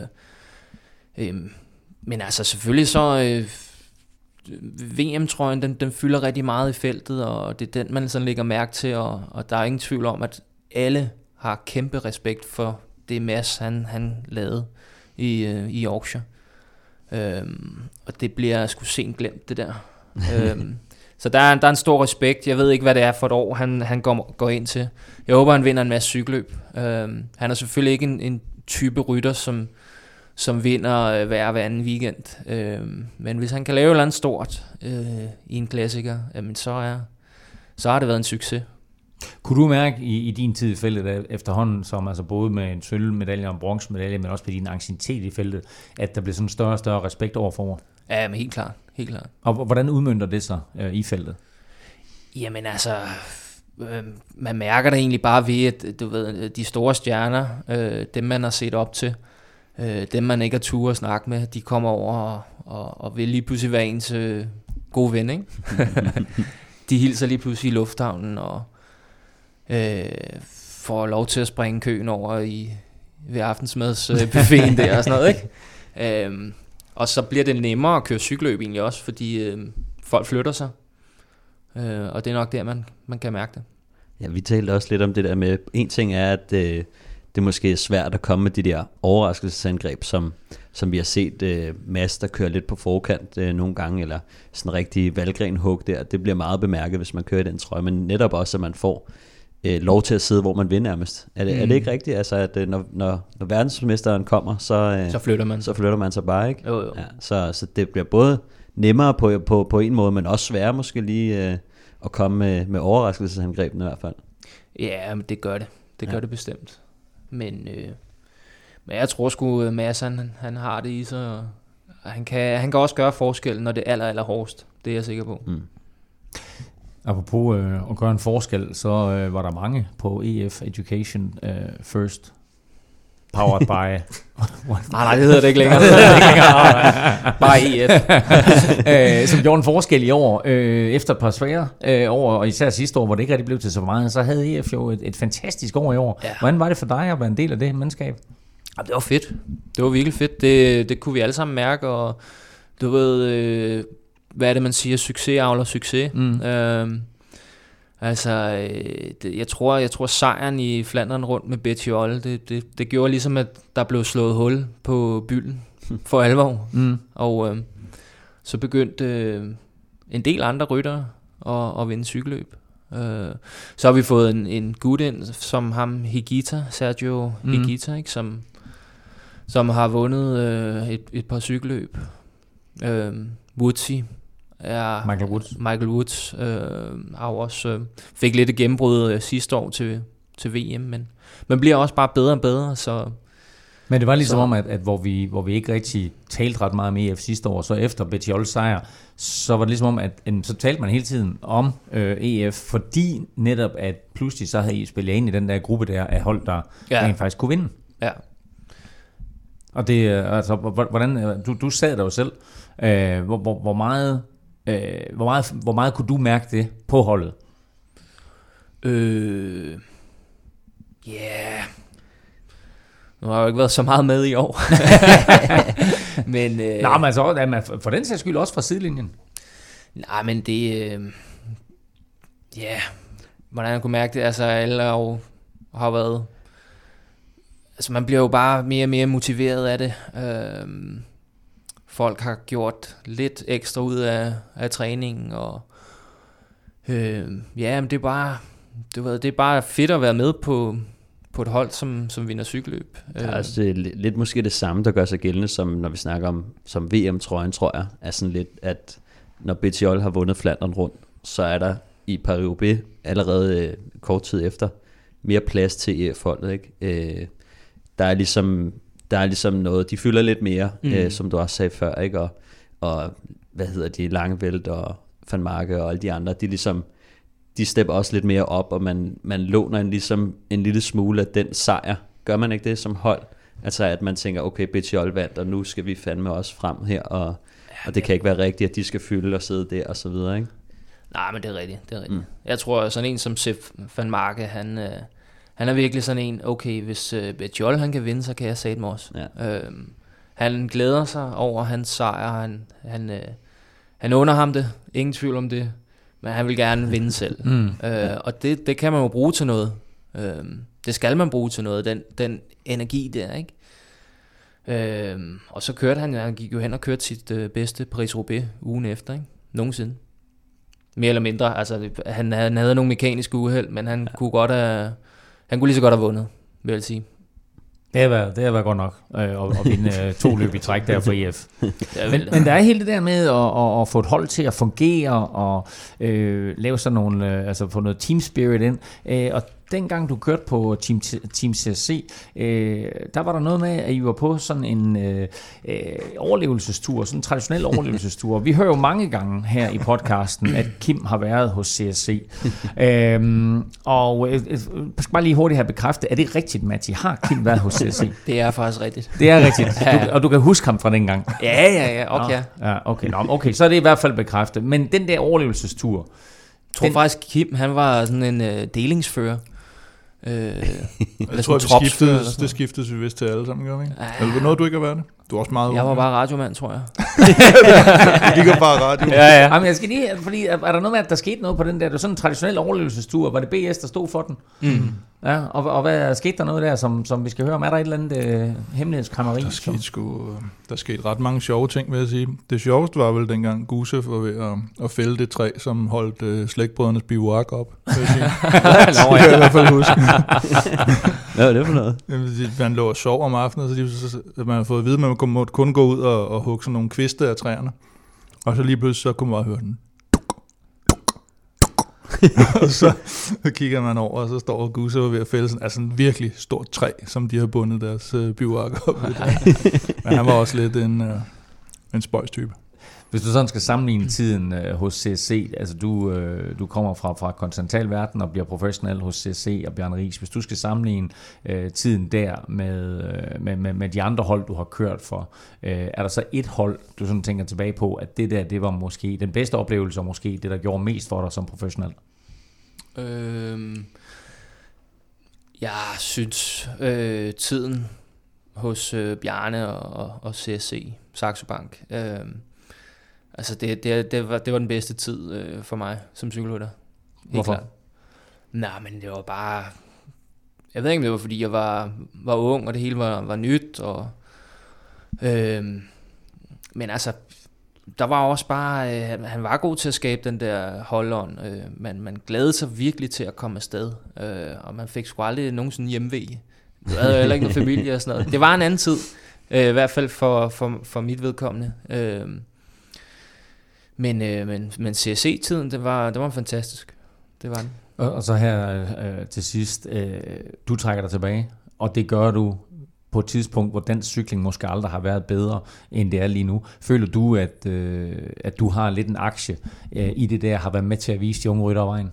Men altså selvfølgelig så... VM-trøjen, den fylder rigtig meget i feltet, og det er den, man sådan lægger mærke til, og der er ingen tvivl om, at alle har kæmpe respekt for det Mads, han lavede i Yorkshire. Og det bliver sgu sent glemt, det der. Så der er en stor respekt. Jeg ved ikke, hvad det er for et år, han går ind til. Jeg håber, han vinder en masse cykelløb. Han er selvfølgelig ikke en type rytter, som vinder hver anden weekend. Men hvis han kan lave et eller andet stort i en klassiker, jamen så har det været en succes. Kunne du mærke i din tid i feltet efterhånden, som altså både med en sølvmedalje og en bronzemedalje, men også med din anciennitet i feltet, at der blev sådan større og større respekt overfor? Ja, men helt klart. Og hvordan udmønter det sig i feltet? Jamen altså, man mærker det egentlig bare ved, at du ved, de store stjerner, dem man har set op til, dem man ikke har tur at snakke med, de kommer over og vil lige pludselig være ens gode ven, ikke? De hilser lige pludselig i lufthavnen og får lov til at springe køen over ved aftensmadsbuffeten der og sådan noget, ikke? Og så bliver det nemmere at køre cykelløb egentlig også, fordi folk flytter sig. Og det er nok der, man kan mærke det. Ja, vi talte også lidt om det der med, en ting er, at det måske er svært at komme med de der overraskelsesangreb, som vi har set Mads, der kører lidt på forkant nogle gange, eller sådan en rigtig Valgren-hug der. Det bliver meget bemærket, hvis man kører i den trøje, men netop også, at man får lov til at sidde, hvor man vil nærmest. Er det ikke rigtigt? Altså, at når verdensmesteren kommer, så flytter man sig bare, ikke? Jo. Ja, så det bliver både nemmere på en måde, men også sværere måske lige at komme med overraskelsesangrebene i hvert fald. Ja, men det gør det. Det gør det bestemt. Men jeg tror sgu, Mads, han har det i sig, og han kan også gøre forskel, når det er aller hårdest. Det er jeg sikker på. Mm. Apropos at gøre en forskel, så var der mange på EF Education First. Powered by... nej, det hedder det ikke længere. Bare EF. Som gjorde en forskel i år. Efter et par svære år, og især sidste år, hvor det ikke rigtig blev til så meget, så havde EF jo et fantastisk år i år. Ja. Hvordan var det for dig at være en del af det mandskab? Ja, det var fedt. Det var virkelig fedt. Det kunne vi alle sammen mærke, og du ved, hvad er det, man siger? Succes avler succes. Jeg tror sejren i Flandern rundt med Bettiol, det gjorde ligesom, at der blev slået hul på bylden for alvor. Og så begyndte en del andre ryttere at vinde cykelløb. Så har vi fået en gut ind, som ham Higuita, Sergio Higuita, ikke? Som har vundet et par cykelløb. Woodsy. Ja, Michael Woods har også fik lidt et gennembrud sidste år til VM, men bliver også bare bedre og bedre. Så. Men det var ligesom om, at hvor vi ikke rigtig talte ret meget om EF sidste år, så efter Bettiol's sejr, så var det ligesom om, at så talte man hele tiden om EF, fordi netop at pludselig så havde I spillet ind i den der gruppe der af hold, der rent faktisk kunne vinde. Ja. Og det, altså, hvordan, du sad der jo selv, hvor meget kunne du mærke det på holdet? Nu har jeg jo ikke været så meget med i år. Men nej, men altså for den sags skyld også fra sidelinjen. Nej, men det hvordan jeg kunne mærke det, altså alle har været, altså man bliver jo bare mere og mere motiveret af det. Folk har gjort lidt ekstra ud af træningen, og men det er bare fedt at være med på et hold, som vinder cykelløb. Ja, altså det er lidt måske det samme, der gør sig gældende, som når vi snakker om som VM-trøjen, tror jeg, er sådan lidt, at når Bettiol har vundet Flandern rundt, så er der i Paris-Roubaix allerede kort tid efter mere plads til EF-holdet, ikke? Der er ligesom noget, de fylder lidt mere, som du også sagde før, ikke? Og hvad hedder de, Langeveldt og Van Marke og alle de andre, de stepper også lidt mere op, og man låner en lille smule af den sejr. Gør man ikke det som hold? Altså at man tænker, okay, Bettiol vandt, og nu skal vi fandme også frem her, og det kan ikke være rigtigt, at de skal fylde og sidde der, og så videre, ikke? Nej, men det er rigtigt. Jeg tror, sådan en som Sepp Van Marke, han er virkelig sådan en, okay, hvis Bettiol han kan vinde, så kan jeg satme også. Ja. Han glæder sig over hans sejr, han under ham det, ingen tvivl om det, men han vil gerne vinde selv. Og det kan man jo bruge til noget. Det skal man bruge til noget, den energi der, ikke? Og så kørte han gik jo hen og kørte sit bedste Paris-Roubaix ugen efter, ikke? Nogensinde. Mere eller mindre. Altså, han havde nogle mekaniske uheld, men han kunne lige så godt have vundet, vil jeg sige. Det har været godt nok at vinde 2 løb i træk der for EF. Men der er hele det der med at få et hold til at fungere og lave sådan nogle, altså få noget team spirit ind. Og dengang du kørte på Team CSC, der var der noget med, at I var på sådan en overlevelsestur, sådan en traditionel overlevelsestur. Vi hører jo mange gange her i podcasten, at Kim har været hos CSC. Og jeg skal bare lige hurtigt have bekræftet, er det rigtigt, Matti? Har Kim været hos CSC? Det er faktisk rigtigt. Det er rigtigt. Og du kan huske ham fra dengang? Ja, okay. Okay, så er det i hvert fald bekræftet. Men den der overlevelsestur... Jeg tror faktisk, Kim, han var sådan en delingsfører. Jeg tror, det skiftes vi vist til alle sammen, gør vi ikke? Eller noget, du ikke har været det? Du er også meget... Jeg var bare radiomand, tror jeg. Det går bare radio. Ja. Jamen, jeg skal lige... Fordi, er der noget med, at der skete noget på den der? Det var sådan en traditionel overlevelsestur. Var det BS, der stod for den? Mm. Ja, og hvad skete der noget der, som vi skal høre om? Er der et eller andet hemmelighedskræmmeri? Der skete ret mange sjove ting, vil jeg sige. Det sjoveste var vel dengang Gusev var ved at fælde det træ, som holdt slægtbrødrenes bivouac op. Vil jeg sige. Det kan jeg i hvert fald huske. Hvad var det for noget? Man lå og sov om aftenen, så man har fået at vide, at man måtte kun gå ud og hugge sådan nogle kviste af træerne. Og så lige pludselig, så kunne man bare høre den. Og så kigger man over, og så står Gusev ved at fælde sådan en virkelig stort træ, som de har bundet deres bivouac op ved. Men han var også lidt en spøjstype. Hvis du sådan skal sammenligne tiden hos CSC, altså du kommer fra kontinentalverden og bliver professionel hos CSC og Bjarne Riis. Hvis du skal sammenligne tiden der med de andre hold, du har kørt for, er der så et hold, du sådan tænker tilbage på, at det der, det var måske den bedste oplevelse, og måske det, der gjorde mest for dig som professionel? Jeg synes tiden hos Bjarne og CSC, Saxo Bank, altså det var den bedste tid for mig som cykelrytter. Hvorfor? Klart. Nej, men det var bare... Jeg ved ikke, om det var, fordi jeg var ung, og det hele var nyt. Og, men altså, der var også bare... han var god til at skabe den der holdånd. Man glædede sig virkelig til at komme afsted. Og man fik sgu aldrig nogensinde hjemvæg. Jeg havde heller ikke noget familie og sådan noget. Det var en anden tid. I hvert fald for mit vedkommende. Men CSC-tiden, det var fantastisk. Det var den. Og så her til sidst, du trækker dig tilbage, og det gør du på et tidspunkt, hvor dansk cykling måske aldrig har været bedre, end det er lige nu. Føler du, at du har lidt en aktie i det der, har været med til at vise de unge ryttere vejen?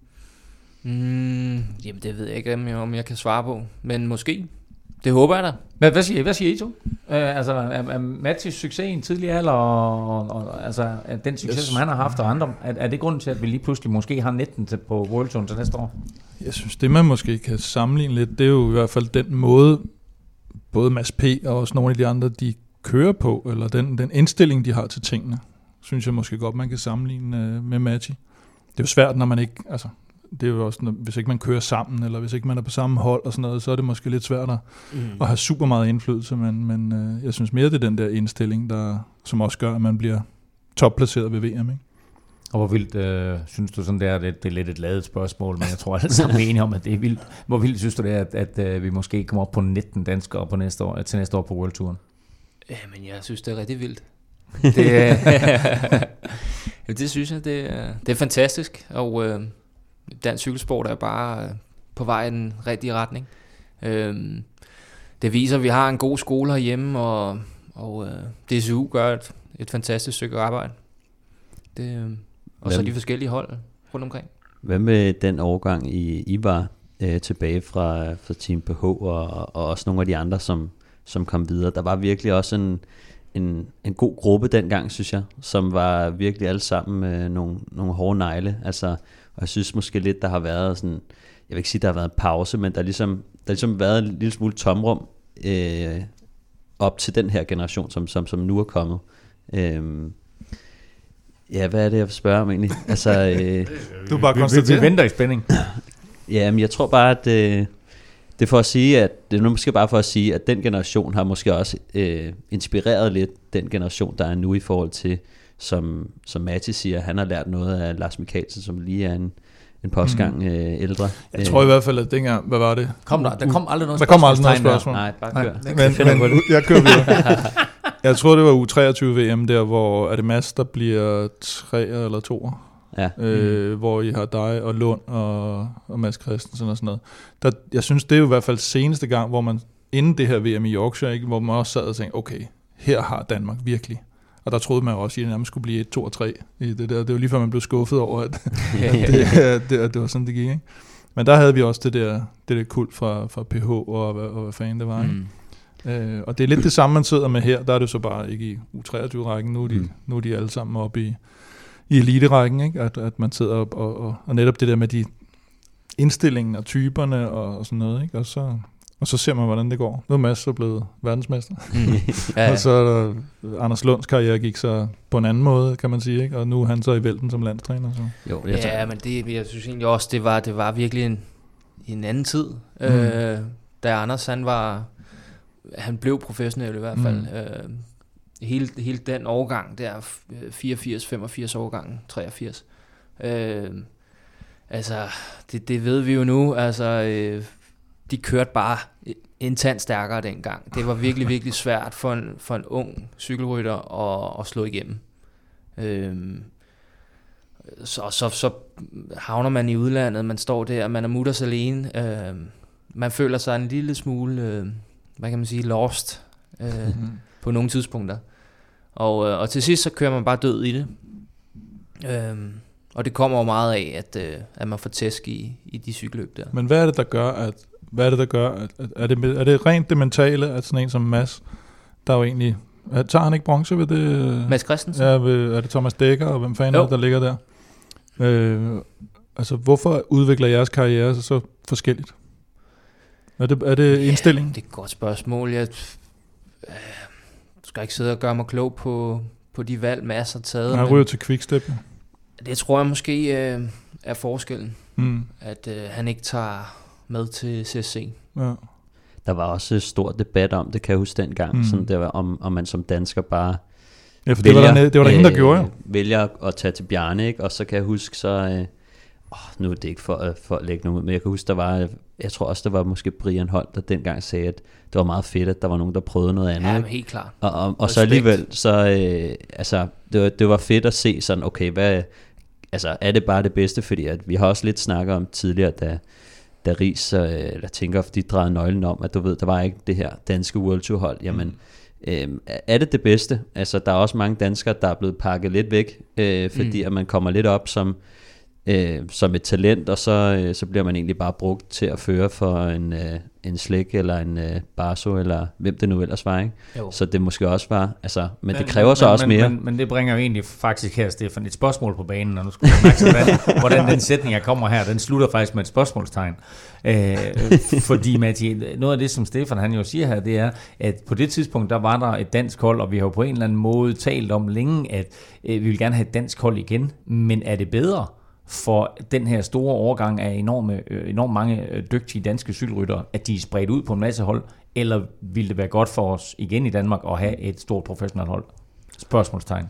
Jamen det ved jeg ikke, om jeg kan svare på, men måske. Det håber jeg da. Hvad siger I to? Altså, er Mattis succes i en tidlig alder, og altså, den succes, som han har haft, og andre, er det grunden til, at vi lige pludselig måske har 19 på World Tour til næste år? Jeg synes, det man måske kan sammenligne lidt, det er jo i hvert fald den måde, både Mads P. og også nogle af de andre, de kører på, eller den indstilling, de har til tingene, synes jeg måske godt, man kan sammenligne med Matti. Det er jo svært, når man ikke... Altså, det er jo også, hvis ikke man kører sammen, eller hvis ikke man er på samme hold og sådan noget, så er det måske lidt svært at have super meget indflydelse, men jeg synes mere, det er den der indstilling, som også gør, at man bliver topplaceret ved VM, ikke? Og hvor vildt synes du sådan der, det er lidt et ladet spørgsmål, men jeg tror alle sammen er enige om, at det er vildt. Hvor vildt synes du det er, at vi måske kommer op på 19 danskere på til næste år på World Touren? Jamen, jeg synes, det er rigtig vildt. Det synes jeg, det er fantastisk, og dansk cykelsport er bare på vej i den rigtige retning. Det viser, at vi har en god skole herhjemme, og DCU gør et fantastisk stykke arbejde. Og så de forskellige hold rundt omkring. Hvad med den overgang I var tilbage fra Team PH og også nogle af de andre, som kom videre? Der var virkelig også en god gruppe dengang, synes jeg, som var virkelig alle sammen med nogle hårde negle. Altså, og jeg synes måske lidt, der har været sådan, jeg vil ikke sige, der har været en pause, men der har ligesom været en lille smule tomrum op til den her generation, som nu er kommet. Ja, hvad er det, jeg vil spørge om egentlig? Altså, du bare konstaterer. Vi venter i spænding. Ja, men jeg tror bare, at det er for at sige, at det er måske bare for at sige, at den generation har måske også inspireret lidt den generation, der er nu i forhold til som Matti siger, han har lært noget af Lars Mikkelsen, som lige er en postgang ældre. Jeg tror i hvert fald, at dengang, hvad var det? Der kom aldrig noget spørgsmål. Nej, bare kør. Men jeg kører videre. Jeg tror, det var U23 VM der, hvor er det Mads, der bliver 3 eller 2. Ja. Hvor I har dig og Lund og Mads Christensen og sådan noget. Jeg synes, det er jo i hvert fald seneste gang, hvor man inden det her VM i Yorkshire, ikke, hvor man også sad og tænkte, okay, her har Danmark virkelig. Og der troede man også, at det nærmest skulle blive 1, 2 og 3 i det der. Det var lige før man blev skuffet over, at det var sådan, det gik. Ikke? Men der havde vi også det der kult fra PH og hvad fanden det var. Ikke? Og det er lidt det samme, man sidder med her. Der er det så bare ikke i U23-rækken. Nu er de alle sammen oppe i elite-rækken. Ikke? At man sidder op og netop det der med de indstillingen og typerne og sådan noget. Ikke? Og så ser man, hvordan det går. Nu er Mads så blevet verdensmester. Ja. Og så Anders Lunds karriere gik så på en anden måde, kan man sige. Ikke? Og nu er han så i vælten som landstræner. Så. Jo, men jeg synes egentlig også, det var virkelig en anden tid. Da Anders, han blev professionel i hvert fald. Hele den årgang der, 84, 85 årgang, 83. Altså, det ved vi jo nu. Altså, de kørte bare en tand stærkere dengang. Det var virkelig, virkelig svært for en ung cykelrytter at slå igennem. Så havner man i udlandet, man står der, man er mutters alene. Man føler sig en lille smule, hvad kan man sige, lost på nogle tidspunkter. Og til sidst så kører man bare død i det. Og det kommer jo meget af, at man får tæsk i de cykelløb der. Men hvad er det, der gør, at er det rent det mentale, at sådan en som Mads, der jo egentlig, tager han ikke bronze ved det? Mads Christensen? Ja, er det Thomas Dækker, og hvem fanden er det, der ligger der? Altså, hvorfor udvikler jeres karriere så forskelligt? Er det indstillingen? Det er et godt spørgsmål. Jeg skal ikke sidde og gøre mig klog på de valg, Mads har taget. Han ryger til Quickstep. Det tror jeg måske er forskellen. At han ikke tager med til CSC. Ja. Der var også stor debat om det, kan jeg huske dengang, sådan der, om man som dansker bare for vælger, det var der ingen, der gjorde jo. Vælger at tage til Bjarne, ikke? Og så kan jeg huske så nu er det ikke for at lægge noget ud, men jeg kan huske, jeg tror også, der var måske Brian Holt, der dengang sagde, at det var meget fedt, at der var nogen, der prøvede noget andet. Ja, men helt klart. Og så alligevel, så altså, det var fedt at se sådan, okay, hvad, altså, er det bare det bedste? Fordi at vi har også lidt snakket om tidligere, da Riis, eller tænker, de drejede nøglen om, at du ved, der var ikke det her danske World Tour hold, jamen, er det bedste? Altså, der er også mange danskere, der er blevet pakket lidt væk, fordi at man kommer lidt op som et talent, og så bliver man egentlig bare brugt til at føre for en Slæk eller en Barso, eller hvem det nu ellers var, ikke? Så det måske også var, altså, men det kræver så også mere. Men det bringer jo egentlig faktisk her, Stefan, et spørgsmål på banen, og nu skulle jeg mærke til, hvordan den sætning, jeg kommer her, den slutter faktisk med et spørgsmålstegn. Fordi, Matti, noget af det, som Stefan han jo siger her, det er, at på det tidspunkt, der var der et dansk hold, og vi har jo på en eller anden måde talt om længe, at vi vil gerne have et dansk hold igen, men er det bedre for den her store overgang af enormt mange dygtige danske cykelryttere, at de er spredt ud på en masse hold, eller vil det være godt for os igen i Danmark at have et stort professionelt hold? Spørgsmålstegn.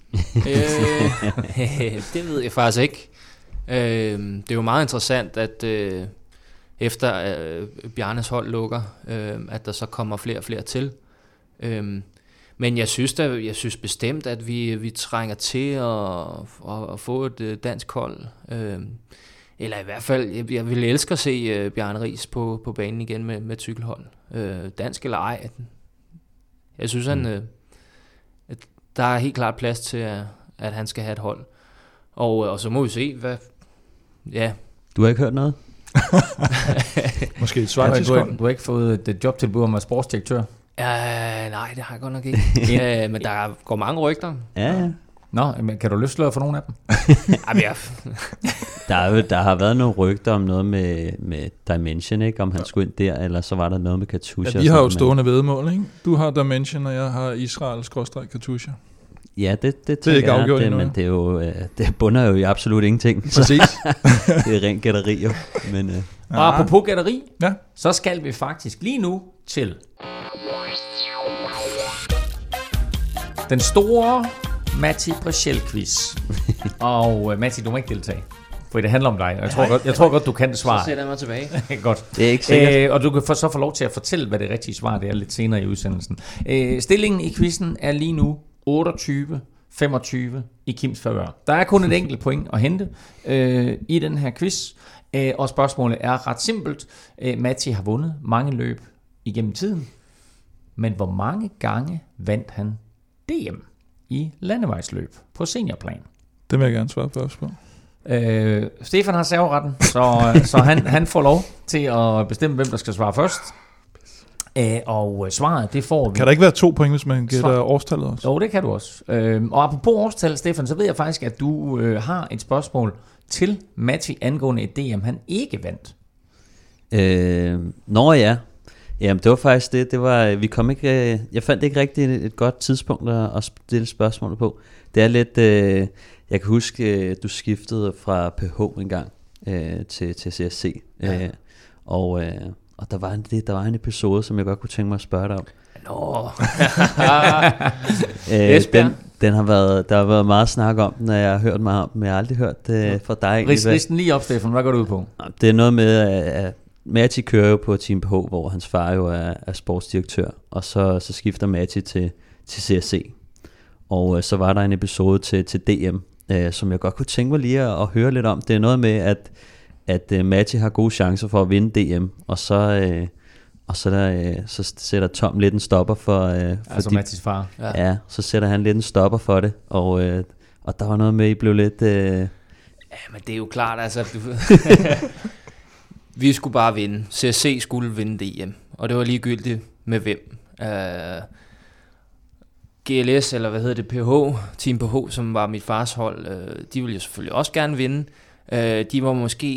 Det ved jeg faktisk ikke. Det er jo meget interessant, at efter Bjarnes hold lukker, at der så kommer flere og flere til. Men jeg synes bestemt, at vi trænger til at få et dansk hold. Eller i hvert fald, jeg ville elske at se Bjarne Riis på banen igen med et cykelhold. Dansk eller ej. Jeg synes, at der er helt klart plads til, at han skal have et hold. Og så må vi se, hvad... Ja. Du har ikke hørt noget? Måske et svejtisk hold. Du har ikke fået et jobtilbud om at sportsdirektør? Nej, det har jeg godt nok ikke. Men der går mange rygter. Ja. Nå, men kan du løfte for nogle af dem? Der har været nogle rygter om noget med Dimension, ikke? Om han skulle ind der, eller så var der noget med Katusha. Ja, vi har jo stående vedmål, ikke? Du har Dimension, og jeg har Israel/Katusha. Ja, det er ikke afgjort det, men det er jo det bunder jo i absolut ingenting. Præcis. Det er rent gætteri jo. Men og apropos gætteri, ja, så skal vi faktisk lige nu til den store Matti Brichel-quiz. Og Matti, du må ikke deltage, for det handler om dig. Jeg tror godt, du kan det svar. Så sætter jeg mig tilbage. Godt. Det er ikke sikkert. Og du kan så få lov til at fortælle, hvad det rigtige svar det er lidt senere i udsendelsen. Stillingen i quizzen er lige nu 28-25 i Kims favør. Der er kun et enkelt point at hente i den her quiz. Og spørgsmålet er ret simpelt. Matti har vundet mange løb igennem tiden. Men hvor mange gange vandt han DM i landevejsløb på seniorplan? Det vil jeg gerne svare først på. Stefan har serveretten, så han får lov til at bestemme, hvem der skal svare først. Og svaret, det får vi. Kan der ikke være 2 point, hvis man gætter årstallet også? Jo, det kan du også. Og apropos årstal, Stefan, så ved jeg faktisk, at du har et spørgsmål til Matti angående et DM, han ikke vandt. Ja. Jamen, det var faktisk det. Det var, vi kom ikke, jeg fandt ikke rigtig et godt tidspunkt at stille spørgsmålet på. Det er lidt, jeg kan huske, du skiftede fra PH en gang til CSC. Ja. Og der var en episode, som jeg godt kunne tænke mig at spørge dig om. Den har været, der har været meget snak om den, når jeg har hørt mig om, men jeg har aldrig hørt det fra dig. Risten lige op, Stefan. Hvad går du ud på? Det er noget med, at Matti kører jo på Team PH, hvor hans far jo er sportsdirektør, og så skifter Matti til CSC. Og så var der en episode til DM, som jeg godt kunne tænke mig lige at høre lidt om. Det er noget med, at Matti har gode chancer for at vinde DM, og så sætter Tom lidt en stopper for... altså Mattis far. Ja, så sætter han lidt en stopper for det, og der var noget med, I blev lidt... Ja, men det er jo klart, altså... Vi skulle bare vinde. CSC skulle vinde DM, og det var ligegyldigt med hvem. GLS, eller hvad hedder det, PH, Team PH, som var mit fars hold, de ville jo selvfølgelig også gerne vinde. De var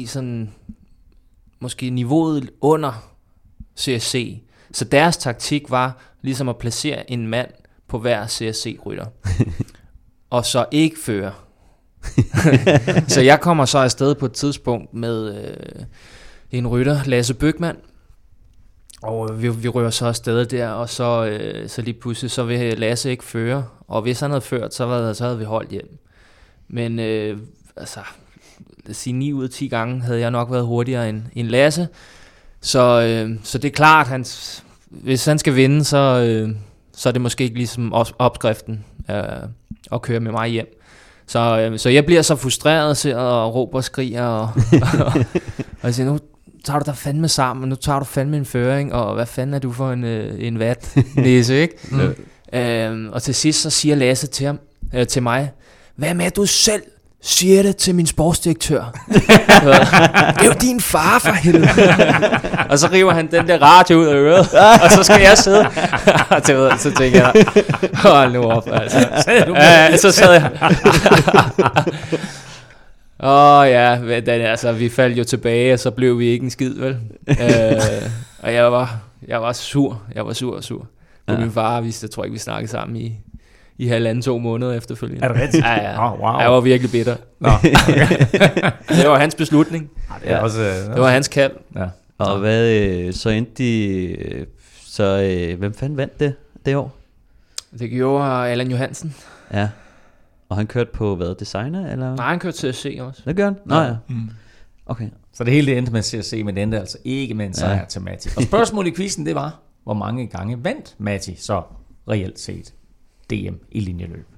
måske niveauet under CSC. Så deres taktik var ligesom at placere en mand på hver CSC-rytter. Og så ikke føre. Så jeg kommer så afsted på et tidspunkt med en rytter, Lasse Bøgman. Og vi rører så afsted der, og så lige pludselig så vil Lasse ikke føre. Og hvis han havde ført, så havde vi holdt hjem. Men altså, lad os sige 9 ud af 10 gange havde jeg nok været hurtigere end Lasse. Så det er klart, hvis han skal vinde, så er det måske ikke ligesom opskriften at køre med mig hjem. Så jeg bliver så frustreret til at råbe og skrige og jeg siger, nu tager du dig fandme sammen, nu tager du fandme en føring, og hvad fanden er du for en vat næse, ikke? Og til sidst så siger Lasse til mig, hvad med du selv siger det til min sportsdirektør? Det er jo din far for helvede. Og så river han den der radio ud af øret, og så skal jeg sidde. Og så tænker jeg, hold nu op, altså. Så sad jeg. Altså, vi faldt jo tilbage, og så blev vi ikke en skid, vel? Og jeg var sur. Jeg var sur. Og min far vidste, jeg tror ikke, vi snakkede sammen i 1,5-2 måneder efterfølgende. Er det rigtigt? Ja. Oh, wow. Jeg var virkelig bitter. Det var hans beslutning. Det var hans kald. Ja. Og hvad, så endte de... hvem fanden vandt det år? Det gjorde Allan Johansen. Ja. Og han kørte på hvad, designer? Eller? Nej, han kørte til CSC også. Det gør han? Nå ja. Okay. Så det hele endte med CSC, men det endte altså ikke med en sejr til Matti. Og spørgsmålet i quizzen, det var, hvor mange gange vandt Matti så reelt set DM i linjeløb.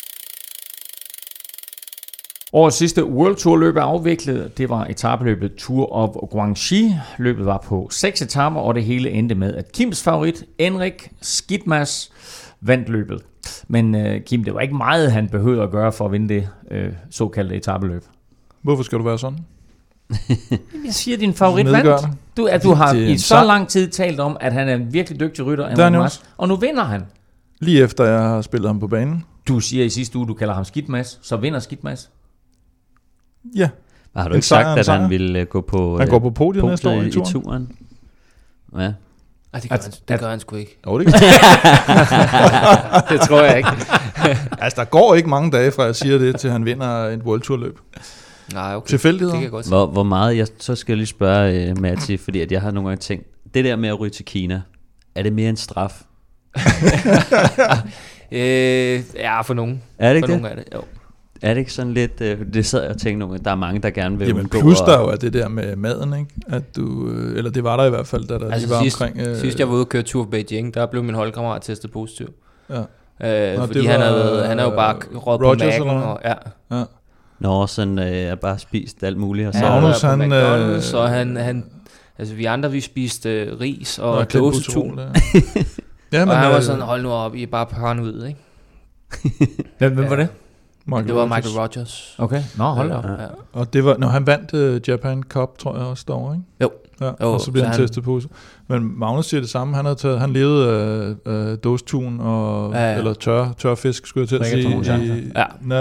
Årets sidste World Tour løb er afviklet. Det var etapeløbet Tour of Guangxi. Løbet var på 6 etaper, og det hele endte med, at Kims favorit, Enric Skidmas, vandt løbet. Men Kim, det var ikke meget, han behøvede at gøre for at vinde det såkaldte etapeløb. Hvorfor skal du være sådan? Jeg siger, din favorit vandt. Du har i så lang tid talt om, at han er en virkelig dygtig rytter, og nu vinder han. Lige efter jeg har spillet ham på banen. Du siger i sidste uge, du kalder ham Skidmas, så vinder Skidmas. Ja. Har du ikke sagt, at han ville gå på han går på podiet næste år i turen? Ja. Ej, det gør han sgu ikke. Jo, det gør det tror jeg ikke. Altså, der går ikke mange dage fra jeg siger det, til han vinder et World Tour løb. Nej, okay. Tilfældigheder. Det kan godt se. Hvor meget, så skal jeg lige spørge Matti, fordi at jeg har nogle gange tænkt, det der med at ryge til Kina, er det mere en straf? Ja, for nogen. Er det ikke for det? nogen er det, jo. Er det ikke sådan lidt, det sad jeg og tænkte nogle, der er mange, der gerne vil Jamen undgå plus der jo er det der med maden, ikke? At du, eller det var der i hvert fald, da der lige var omkring... Sidst jeg var ude og køre tur på Beijing, der blev min holdkammerat testet positiv. Ja. Fordi han er jo bare råd på mærken. Og, ja. Nå, sådan er bare spist alt muligt. Og så Magnus, han altså vi andre, vi spiste ris og dåsetun. Ja, men og han var sådan, hold nu op, I er bare paranoid, ikke? Hvem var det? Det var Michael Rogers. Okay, hold op. Ja. Og det var, når han vandt Japan Cup, tror jeg også derovre, ikke? Jo. Ja, og så blev han testet på. Men Magnus siger det samme. Han levede af dåsetun og eller tør fisk, skulle jeg til at sige.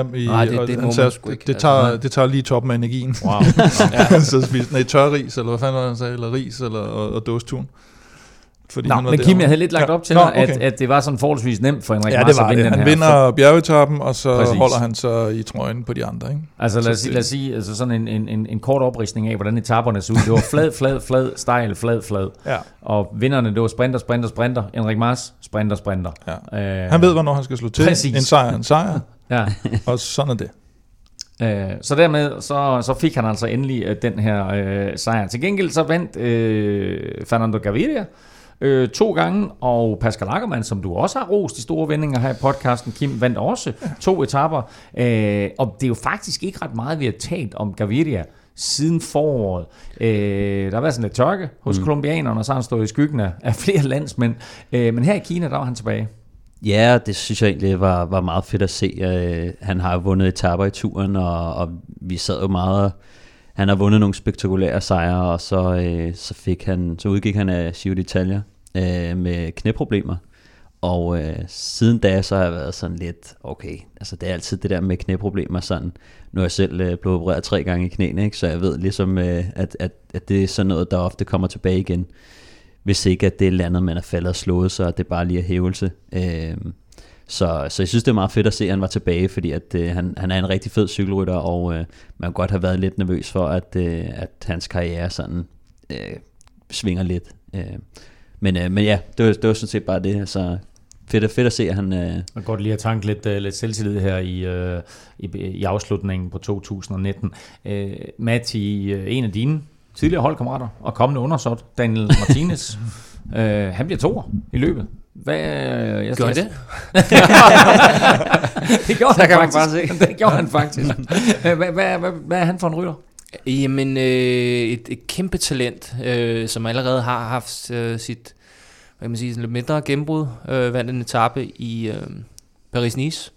Det tager lige toppen af energien. Wow. Så spiste tør ris, eller hvad fanden var han sagde, eller ris og dåsetun. Men Kim, jeg havde lidt lagt op til at det var sådan forholdsvis nemt for Henrik Mars at vinde den her. Han vinder bjergetappen, og så holder han så i trøjen på de andre, ikke? Altså lad os sige altså sådan en kort opridsning af, hvordan etaperne så ud. Det var flad, stejl, flad. Ja. Og vinderne, det var sprinter. Henrik Mars, sprinter. Ja. Han ved, hvornår han skal slå til. Præcis. En sejr. Ja. Og sådan er det. Så dermed så fik han altså endelig den her sejr. Til gengæld så vandt Fernando Gaviria 2 gange, og Pascal Ackermann, som du også har rost i store vendinger her i podcasten, Kim, vandt også 2 etaper. Og det er jo faktisk ikke ret meget, vi har talt om Gaviria siden foråret. Der har været sådan lidt tørke hos kolumbianerne, og så har han stået i skyggen af flere landsmænd. Men her i Kina, der var han tilbage. Ja, det synes jeg egentlig var meget fedt at se. Han har vundet etaper i turen, og vi sad jo meget... Han har vundet nogle spektakulære sejre, og så udgik han af Giro d'Italia med knæproblemer. Og siden da, så har jeg været sådan lidt, okay, altså det er altid det der med knæproblemer sådan. Nu er jeg selv blevet opereret 3 gange i knæene, ikke? Så jeg ved ligesom, at det er sådan noget, der ofte kommer tilbage igen. Hvis ikke, at det er landet, man er faldet og slået, så det er bare lige hævelse. Så jeg synes, det er meget fedt at se, at han var tilbage, fordi at, han er en rigtig fed cykelrytter, og man kan godt have været lidt nervøs for, at hans karriere sådan svinger lidt. Men ja, det var sådan set bare det. Altså, fedt at se, at han... Man kan godt lige at tanke lidt selvtillid her i afslutningen på 2019. Matti, en af dine tidligere holdkammerater og kommende undersåt, Daniel Martinez, han bliver 2'er i løbet. Gør det? Det gjorde han faktisk. Det gjorde han faktisk. Hvad er han for en rytter? Jamen, et kæmpe talent, som allerede har haft sit, hvad kan man sige, sådan lidt mindre gennembrud. Vandt en etape i Paris-Nice.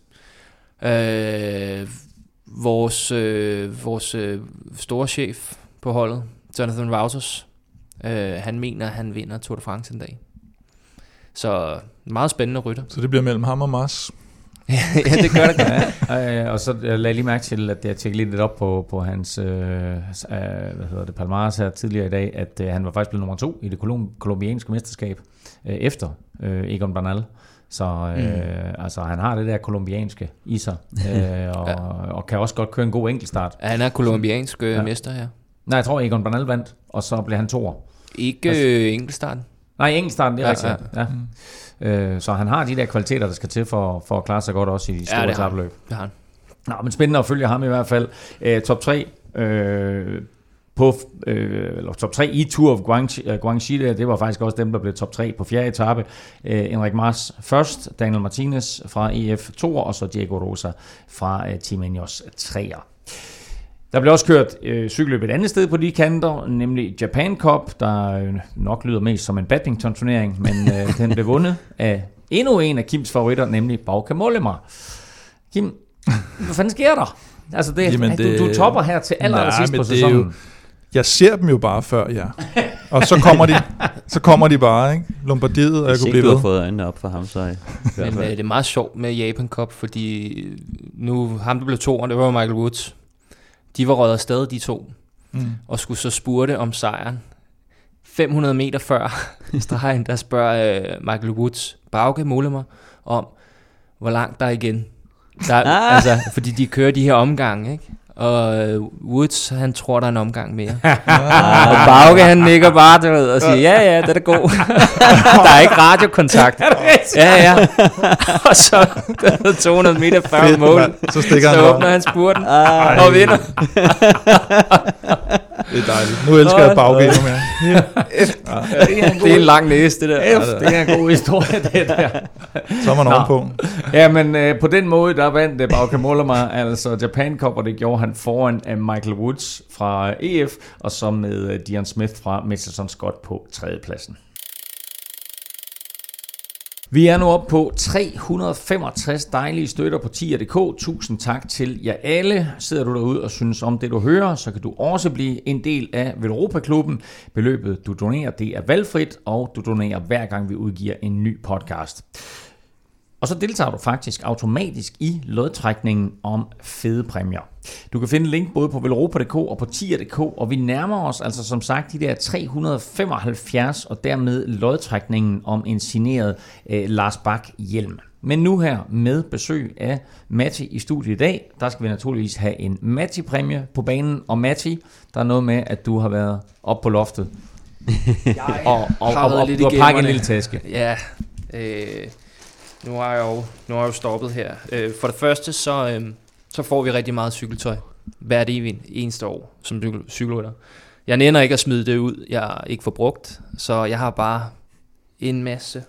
Vores store chef på holdet, Jonathan Wouters, han mener, han vinder Tour de France en dag. Så meget spændende rytter. Så det bliver mellem ham og Mars? Ja, det gør det. Ja. Og så lagde jeg lige mærke til, at jeg tjekkede lidt op på hans Palmares her tidligere i dag, at han var faktisk blevet nummer 2 i det kolumbianske mesterskab efter Egon Bernal. Så altså, han har det der kolumbianske i sig, og kan også godt køre en god enkeltstart. Ja, han er kolumbiansk mester her. Nej, jeg tror Egon Bernal vandt, og så blev han 2'er. Ikke enkeltstarten. Nej, enkeltstarten, det er rigtigt. Ja. Så han har de der kvaliteter, der skal til for at klare sig godt også i de store etapløb. Det har han. Nå, men spændende at følge ham i hvert fald. Top 3 top 3 i Tour of Guangxi, det var faktisk også dem, der blev top 3 på 4. etape. Henrik Mars først, Daniel Martinez fra EF 2'er, og så Diego Rosa fra Team Ineos 3'er. Der blev også kørt cykelløb et andet sted på de kanter, nemlig Japan Cup, der nok lyder mest som en badminton-turnering, men den blev vundet af endnu en af Kims favoritter, nemlig Bauke Mollema. Kim, hvad fanden sker der? Altså du topper her til allersidst på sæsonen. Jeg ser dem jo bare før, ja. Og så kommer de bare, ikke? Lombardiet, og jeg kunne blive ved. Du har fået øjnene op for ham, så men det er meget sjovt med Japan Cup, fordi nu ham, der blev 2'er, det var Michael Woods. De var røget afsted, de 2, og skulle så spurte om sejren. 500 meter før stregen, der spørger Michael Woods Bauke Mollema om, hvor langt der er igen. Altså, fordi de kører de her omgange, ikke? Og Woods, han tror, der er en omgang mere. Og Bauke, han nikker bare, du ved, og siger, ja, det er god. Der er ikke radiokontakt. Ja. Og så 200 meter før mål, Så stikker så han åbner han spurten og vinder. Det er dejligt. Nu elsker jeg Bauke endnu mere. Det er en lang næse, det der. Det er en god historie, det der. Så er man ovenpå. Ja, men på den måde, der vandt Bauke Mollema altså Japan Cup, og det gjorde han foran Michael Woods fra EF, og så med Dion Smith fra Mitchelton Scott på 3. pladsen. Vi er nu oppe på 365 dejlige støtter på tier.dk. Tusind tak til jer alle. Sidder du derude og synes om det, du hører, så kan du også blive en del af Velropa-klubben. Beløbet, du donerer, det er valgfrit, og du donerer hver gang, vi udgiver en ny podcast. Og så deltager du faktisk automatisk i lodtrækningen om fede præmier. Du kan finde link både på velropa.dk og på tier.dk, og vi nærmer os altså som sagt de der 375, og dermed lodtrækningen om en signeret Lars Bak hjelm. Men nu her med besøg af Matti i studiet i dag, der skal vi naturligvis have en Matti-præmie på banen. Og Matti, der er noget med, at du har været op på loftet. og du har pakket en lille taske. Ja, nu har jeg jo stoppet her. For det første, så får vi rigtig meget cykeltøj hvert eneste år som cykelrytter. Jeg nænder ikke at smide det ud, jeg ikke får brugt, så jeg har bare en masse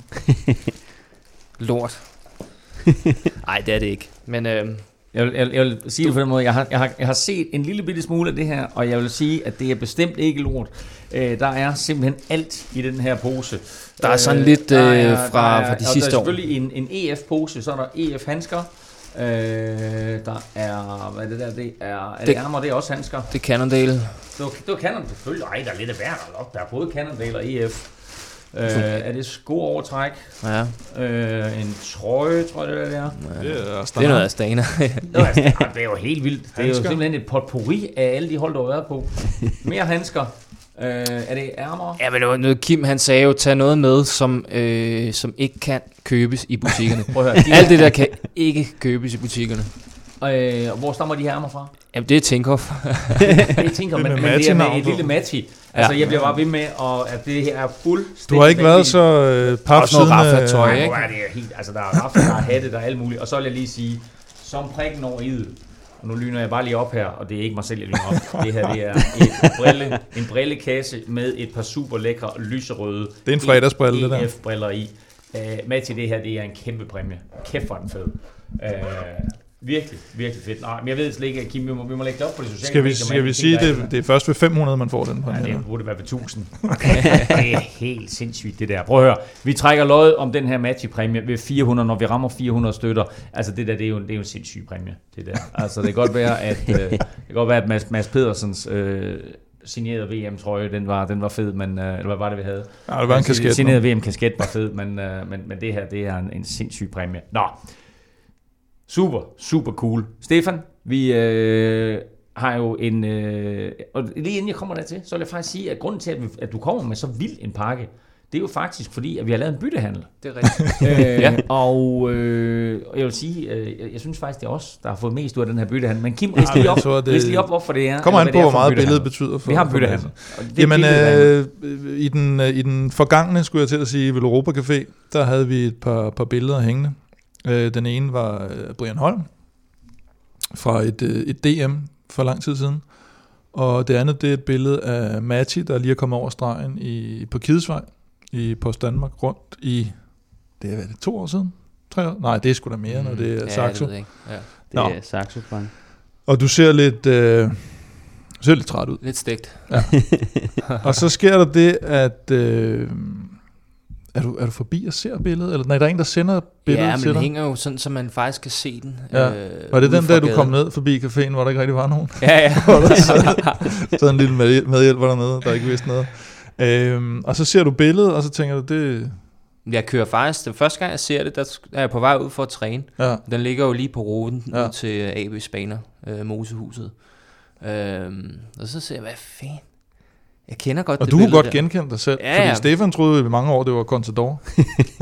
lort. Nej, det er det ikke. Men Jeg vil sige det på den måde, jeg har set en lille bitte smule af det her, og jeg vil sige, at det er bestemt ikke lort. Der er simpelthen alt i den her pose. Der er sådan lidt fra de sidste år. Der er selvfølgelig en EF-pose, så er der EF-handsker. Der er, hvad er det der, det er det ærmer, det er også handsker. Det er Cannondale. Det var Cannondale, selvfølgelig. Ej, der er lidt af hvert op. Der er både Cannondale og EF. Er det skoovertræk? Ja. En trøje, tror jeg det er. Ja. Det er noget Astana. Det er jo helt vildt. Det er jo simpelthen et potpourri af alle de hold, der har været på. Mere handsker. Er det ærmer? Ja, men det var noget, Kim han sagde jo, tag noget med, som ikke kan købes i butikkerne. Alt det der kan ikke købes i butikkerne. Hvor stammer de her ærmer fra? Jamen, det er Tinkoff. Det er Tinkoff, men det er med et lille Matti. Altså, jeg bliver bare ved med, at det her er fuldstændig... Du har ikke været så paf siden... Også noget tøj, ikke? Det er helt, altså, der er rafler, der er hatte, der er alt muligt. Og så vil jeg lige sige, som prikken over i'et, og nu lyner jeg bare lige op her, og det er ikke mig selv, jeg lyner op. Det her, det er en brillekasse med et par super lækre lyserøde... Det er en fredagsbrille, det der. EF-briller i. Med til det her, det er en kæmpe præmie. Kæft for den fed. Virkelig, virkelig fedt. Nej, men jeg ved slet ikke, Kim, vi må lægge det op på det sociale medier. Skal vi sige, det er først ved 500, man får den på? Ja, det burde være ved 1000. Det er helt sindssygt, det der. Prøv at høre. Vi trækker lod om den her Matti-præmie ved 400, når vi rammer 400 støtter. Altså, det der, det er jo en sindssyg præmie, det der. Altså, det kan godt være, at Mads Pedersens... signerede VM-trøje, den var fed, men eller hvad var det, vi havde? Ja, det var en kasket. Signerede VM-kasket var fed, men det her, det er en sindssyg præmie. Nå, super cool. Stefan, vi har jo en... og lige inden jeg kommer dertil, så vil jeg faktisk sige, at grunden til, at du kommer med så vild en pakke, det er jo faktisk fordi, at vi har lavet en byttehandel. Det er rigtigt. Ja. Og jeg vil sige, jeg synes faktisk, det er os, der har fået mest ud af den her byttehandel. Men Kim, ris lige op, hvorfor det er. Kommer an på, hvor meget billedet betyder for. Vi har en byttehandel. Jamen, i den forgangne, skulle jeg til at sige, Velropa Café, der havde vi et par billeder hængende. Den ene var Brian Holm fra et DM for lang tid siden. Og det andet, det er et billede af Matti, der lige er kommet over stregen på Kidesvej i Post Danmark rundt i, det er 2 år siden? 3 år? Nej, det er sgu da mere, når det er Saxo. Det er Saxo, Frank. Og du ser lidt træt ud. Lidt stegt. Ja. Og så sker der det, at... Er du forbi og ser billedet? Eller nej, der er en, der sender billedet til dig? Ja, men det hænger jo sådan, så man faktisk kan se den. Ja. Var det den, der du kom ned forbi caféen, hvor der ikke rigtig var nogen? Ja. Så en lille medhjælper dernede, der ikke vidste noget. Og så ser du billedet, og så tænker du, det... Jeg kører faktisk, den første gang jeg ser det, der er jeg på vej ud for at træne. Ja. Den ligger jo lige på ruten ud til AB Spaner, Mosehuset. Og så ser jeg, hvad fanden? Jeg kender godt og det. Og du kunne godt genkende dig selv, ja, fordi Stefan troede i mange år, det var Contador.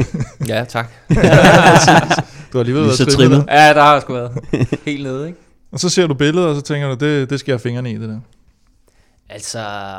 Ja, tak. Du har lige været så trimmet. Ja, der har jeg sgu været helt nede, ikke? Og så ser du billedet, og så tænker du, det skal jeg have fingrene i, det der. Altså,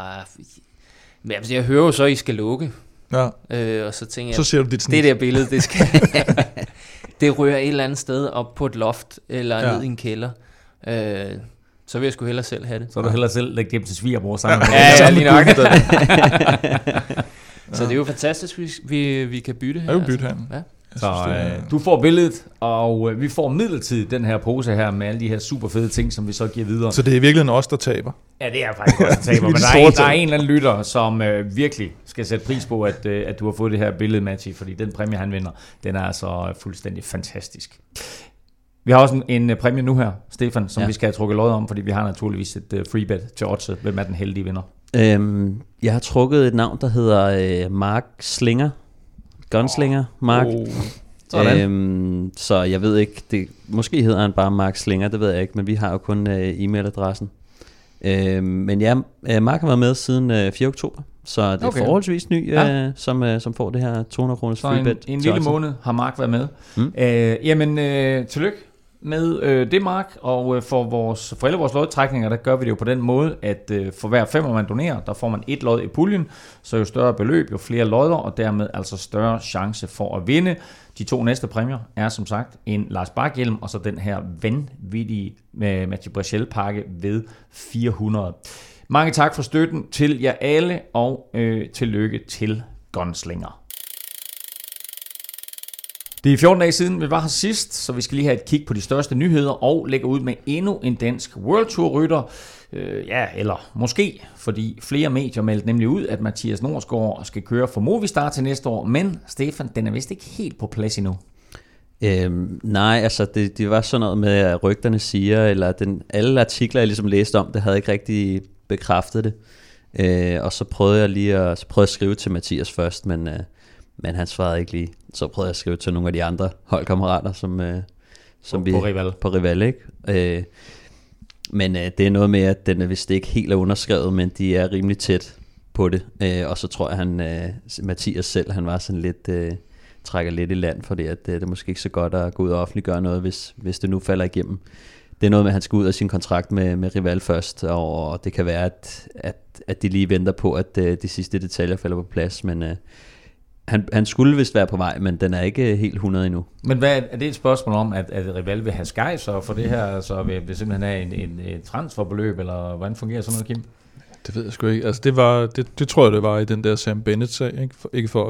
jeg hører jo så, I skal lukke. Ja. Og så tænker jeg, så ser du dit snit. Det der billede, det skal det rører et eller andet sted op på et loft, eller ned i en kælder. Så vil jeg sgu hellere selv have det. Så er du hellere selv lægge hjem til svigerbror sammen. Ja, lige nok. Så det er jo fantastisk, vi kan bytte her. Det er jo bytte her. Ja. Så du får billedet, og vi får midlertidigt den her pose her med alle de her super fede ting, som vi så giver videre. Så det er virkelig os, der taber. Ja, det er faktisk også der taber, men der er en eller anden lytter, som virkelig skal sætte pris på, at du har fået det her billede, Matti, fordi den præmie, han vinder, den er altså fuldstændig fantastisk. Vi har også en præmie nu her, Stefan, som vi skal have trukket lod om, fordi vi har naturligvis et free bet til Odset. Hvem er den heldige vinder? Jeg har trukket et navn, der hedder Mark Slinger. Gunslinger, Mark. Så jeg ved ikke, måske hedder han bare Mark Slinger, det ved jeg ikke, men vi har jo kun e-mailadressen. Men ja, Mark har været med siden 4. oktober, så det er forholdsvis ny, som får det her 200 kroners free bet. En lille måned har Mark været med. Jamen, tillykke med det, Mark, og for alle vores lodtrækninger, der gør vi det jo på den måde, at for hver 5 man donerer, der får man et lod i puljen, så jo større beløb, jo flere lodder, og dermed altså større chance for at vinde. De 2 næste præmier er som sagt en Lars Bak-hjelm, og så den her vanvittige Mathieu Brechel pakke ved 400. Mange tak for støtten til jer alle, og tillykke til Gunslinger. Det er 14 dage siden, vi var her sidst, så vi skal lige have et kig på de største nyheder og lægge ud med endnu en dansk World Tour rytter. Eller måske, fordi flere medier meldte nemlig ud, at Mathias Norsgaard skal køre for Movistar til næste år, men Stefan, den er vist ikke helt på plads endnu. Nej, altså det var sådan noget med, at rygterne siger, eller alle artikler, jeg ligesom læste om, det havde ikke rigtig bekræftet det. Og så prøvede jeg lige at skrive til Mathias først, men han svarede ikke lige. Så prøvede jeg at skrive til nogle af de andre holdkammerater, som på Rival, ikke? Men det er noget med, at den er vist ikke helt er underskrevet, men de er rimelig tæt på det. Og så tror jeg, Mathias selv, han var sådan lidt, trækker lidt i land, fordi at det er måske ikke så godt at gå ud og offentliggøre noget, hvis det nu falder igennem. Det er noget med, at han skal ud af sin kontrakt med Rival først, og det kan være, at de lige venter på, at de sidste detaljer falder på plads, men han skulle vist være på vej, men den er ikke helt 100 endnu. Men hvad er det et spørgsmål om, at Rival vil have Sky så for det her, så vil det simpelthen have en transferbeløb, eller hvordan fungerer sådan noget, Kim? Det ved jeg sgu ikke. Altså det tror jeg, det var i den der Sam Bennett-sag, ikke for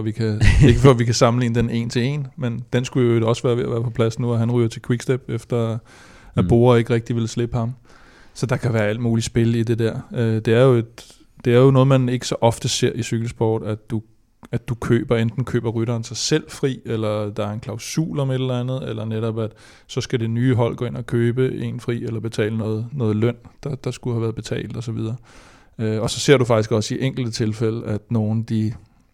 at vi kan sammenligne den en til en, men den skulle jo også være ved at være på plads nu, og han ryger til Quickstep, efter at Bora ikke rigtig ville slippe ham. Så der kan være alt muligt spil i det der. Det er jo noget, man ikke så ofte ser i cykelsport, at du enten køber rytteren sig selv fri, eller der er en klausul om et eller andet, eller netop, at så skal det nye hold gå ind og købe en fri, eller betale noget løn, der skulle have været betalt, osv. Og så ser du faktisk også i enkelte tilfælde, at nogen, de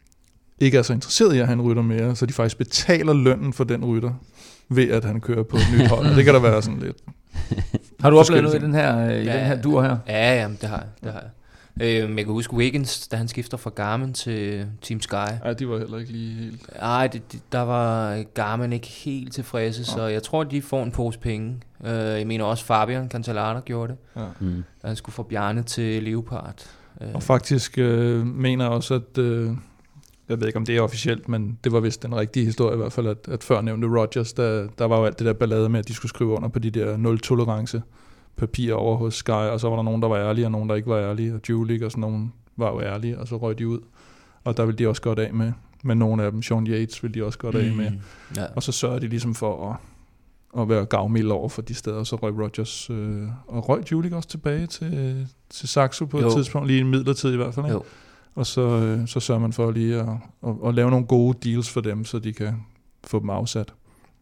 ikke er så interesserede i at have en rytter mere, så de faktisk betaler lønnen for den rytter, ved at han kører på et nyt hold. Det kan der være sådan lidt. Har du oplevet noget i den her dur her? Ja, det har jeg. Jeg kan huske Wiggins, da han skifter fra Garmin til Team Sky. Ja, de var heller ikke lige helt. Nej, der var Garmin ikke helt tilfredse, så jeg tror, de får en pose penge. Jeg mener også Fabian Cancellara gjorde det. Ja. Da han skulle få Bjarne til Leopard. Og faktisk mener jeg også, at jeg ved ikke, om det er officielt, men det var vist den rigtige historie i hvert fald, at før nævnte Rogers, der var jo alt det der ballade med, at de skulle skrive under på de der 0-tolerance papir over hos Sky, og så var der nogen, der var ærlige, og nogen, der ikke var ærlige, og Julik og sådan nogen var jo ærlige, og så røg de ud. Og der ville de også godt af med nogle af dem. Sean Yates ville de også godt af med. Ja. Og så sørger de ligesom for at være gavmild over for de steder, og så røg Rogers, og røg Julik også tilbage til Saxo på et tidspunkt, lige en midlertid i hvert fald. Ikke? Og så sørger man for lige at lave nogle gode deals for dem, så de kan få dem afsat.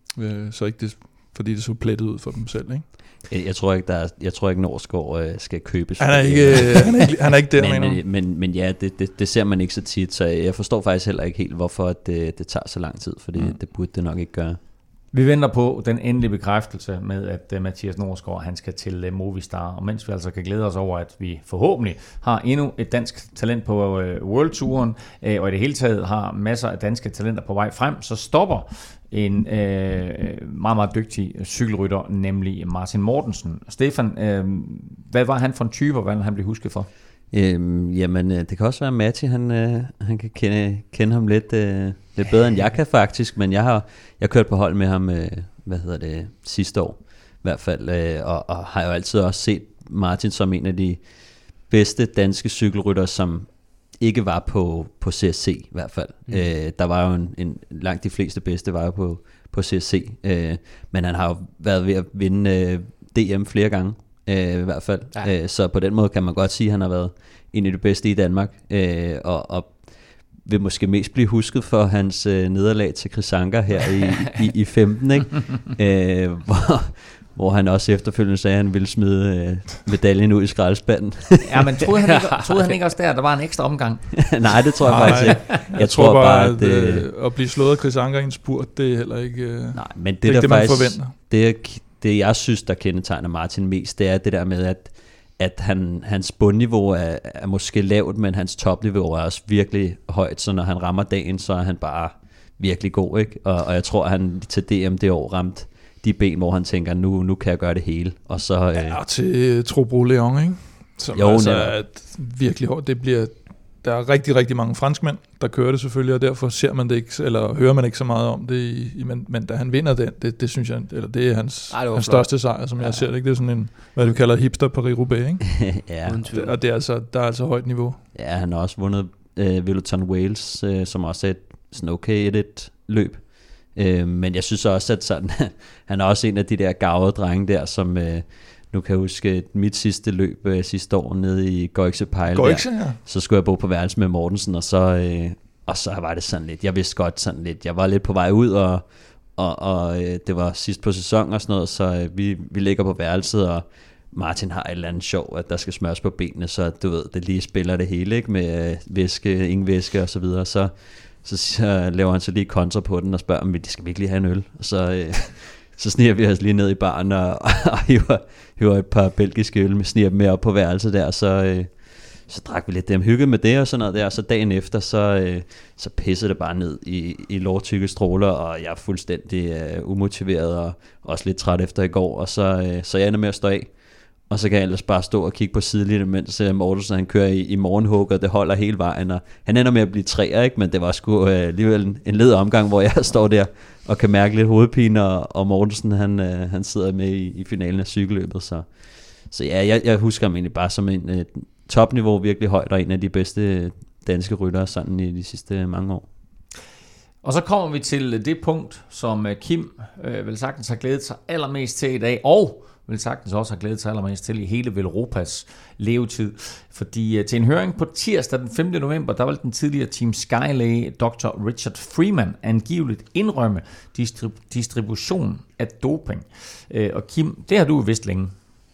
Så ikke det, fordi det så plettet ud for dem selv, ikke? Jeg tror ikke Norsgaard skal købes. Han er ikke der, men ja, det ser man ikke så tit, så jeg forstår faktisk heller ikke helt, hvorfor det tager så lang tid, fordi det burde det nok ikke gøre. Vi venter på den endelige bekræftelse med, at Mathias Norsgaard han skal til Movistar, og mens vi altså kan glæde os over, at vi forhåbentlig har endnu et dansk talent på World Touren, og i det hele taget har masser af danske talenter på vej frem, så stopper en meget, meget dygtig cykelrytter, nemlig Martin Mortensen. Stefan, hvad var han for en type, og hvad han blev husket for? Jamen, det kan også være, at Matti, han kan kende ham lidt bedre, end jeg kan faktisk, men jeg har kørt på hold med ham, sidste år, i hvert fald, og har jo altid også set Martin som en af de bedste danske cykelryttere, som ikke var på CSC i hvert fald. Der var jo langt de fleste bedste var jo på CSC, men han har jo været ved at vinde DM flere gange, i hvert fald. Ja. Så på den måde kan man godt sige, at han har været en af de bedste i Danmark, og vil måske mest blive husket for hans nederlag til Chris Anker her i 15, ikke? Hvor han også efterfølgende sagde, at han ville smide medaljen ud i skraldespanden. Ja, men troede han ikke også der var en ekstra omgang? Nej, det tror jeg faktisk ikke. Jeg tror bare, at blive slået af Chris Anker i en spurt, det er heller ikke nej, men det, er det man forventer. Det jeg synes, der kendetegner Martin mest, det er det der med, at hans bundniveau er måske lavt, men hans topniveau er også virkelig højt, så når han rammer dagen, så er han bare virkelig god, ikke? Og jeg tror, at han til DM det år ramte de ben, hvor han tænker, nu kan jeg gøre det hele. Og så, ja, til Trobro Leon, ikke? Som jo, altså er virkelig hårdt. Der er rigtig, rigtig mange franskmænd, der kører det selvfølgelig, og derfor ser man det ikke, eller hører man ikke så meget om det, men da han vinder det synes jeg, eller det er hans største sejr, som jeg ser det, ikke? Det er sådan en, hvad du kalder hipster Paris-Roubaix, ikke? Ja. Og det er altså, der er altså højt niveau. Ja, han har også vundet Velotton Wales, som også er sådan okay et løb. Men jeg synes også, at sådan, han er også en af de der gavede drenge der, som nu kan jeg huske mit sidste løb sidste år nede i Goixe Pejl. Ja. Så skulle jeg bo på værelse med Mortensen, og så var det sådan lidt, jeg vidste godt sådan lidt, jeg var lidt på vej ud, og det var sidst på sæson og sådan noget, så vi ligger på værelset, og Martin har et eller andet sjov, at der skal smøres på benene, så du ved, det lige spiller det hele, ikke, med væske, ingen væske og så videre, så laver han så lige kontra på den og spørger, om de skal virkelig have en øl. Og så sniger vi os lige ned i baren og hiver et par belgiske øl, sniger dem med op på værelset der, så drak vi lidt dem, hyggede med det og sådan noget der, og så dagen efter, så pissede det bare ned i lårtykke stråler, og jeg er fuldstændig umotiveret og også lidt træt efter i går, og så jeg ender med at stå af. Og så kan jeg ellers bare stå og kigge på sidelinjen, mens Mortensen han kører i morgenhug, og det holder hele vejen, og han ender med at blive træer, ikke? Men det var sgu alligevel en led omgang, hvor jeg står der og kan mærke lidt hovedpine, og Mortensen han sidder med i finalen af cykelløbet, så ja, jeg husker ham egentlig bare som en topniveau virkelig højt, og en af de bedste danske ryttere sådan i de sidste mange år. Og så kommer vi til det punkt, som Kim vel sagtens har glædet sig allermest til i dag, og vil sagtens også have glædet sig allermest til i hele Velropas levetid. Fordi til en høring på tirsdag den 5. november, der vil den tidligere Team Sky-læge Dr. Richard Freeman angiveligt indrømme distribution af doping. Og Kim, det har du vist længe.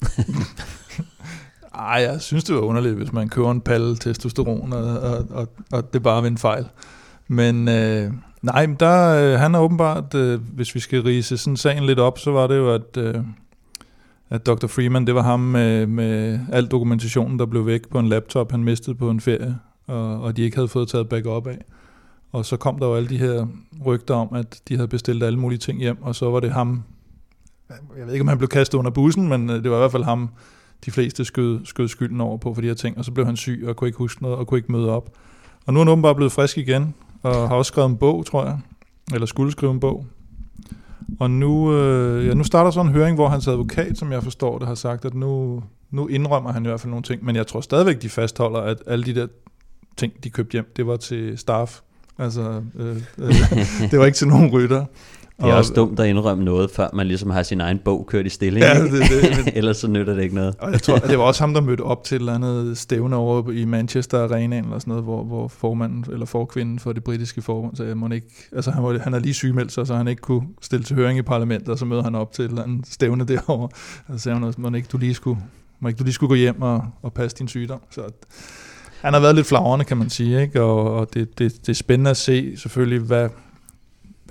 Jeg synes, det var underligt, hvis man køber en palle testosteron, og det bare ved en fejl. Men nej, han er åbenbart, hvis vi skal rise sådan sagen lidt op, så var det jo, at Dr. Freeman, det var ham med al dokumentationen, der blev væk på en laptop, han mistede på en ferie, og de ikke havde fået taget backup af. Og så kom der jo alle de her rygter om, at de havde bestilt alle mulige ting hjem, og så var det ham, jeg ved ikke, om han blev kastet under bussen, men det var i hvert fald ham, de fleste skød skylden over på for de her ting, og så blev han syg og kunne ikke huske noget og kunne ikke møde op. Og nu er han åbenbart blevet frisk igen, og har også skrevet en bog, tror jeg, eller skulle skrive en bog. Og nu starter sådan en høring, hvor hans advokat, som jeg forstår det, har sagt, at nu indrømmer han i hvert fald nogle ting, men jeg tror stadigvæk, de fastholder, at alle de der ting, de købte hjem, det var til staff. Altså, det var ikke til nogen rytter. Det er også dumt at indrømme noget, før man ligesom har sin egen bog kørt i stilling. Ja, det. Ellers så nytter det ikke noget. Og jeg tror, at det var også ham, der mødte op til et eller andet stævne over i Manchester Arena, eller sådan noget, hvor formanden eller forkvinden for det britiske forbund sagde, at ikke, altså han er lige sygemeldt sig, så han ikke kunne stille til høring i parlamentet, og så møder han op til et eller andet stævne derovre, og så sagde han, at du lige skulle gå hjem og passe din sygdom. Så han har været lidt flagrende, kan man sige, ikke? Og det er spændende at se selvfølgelig, hvad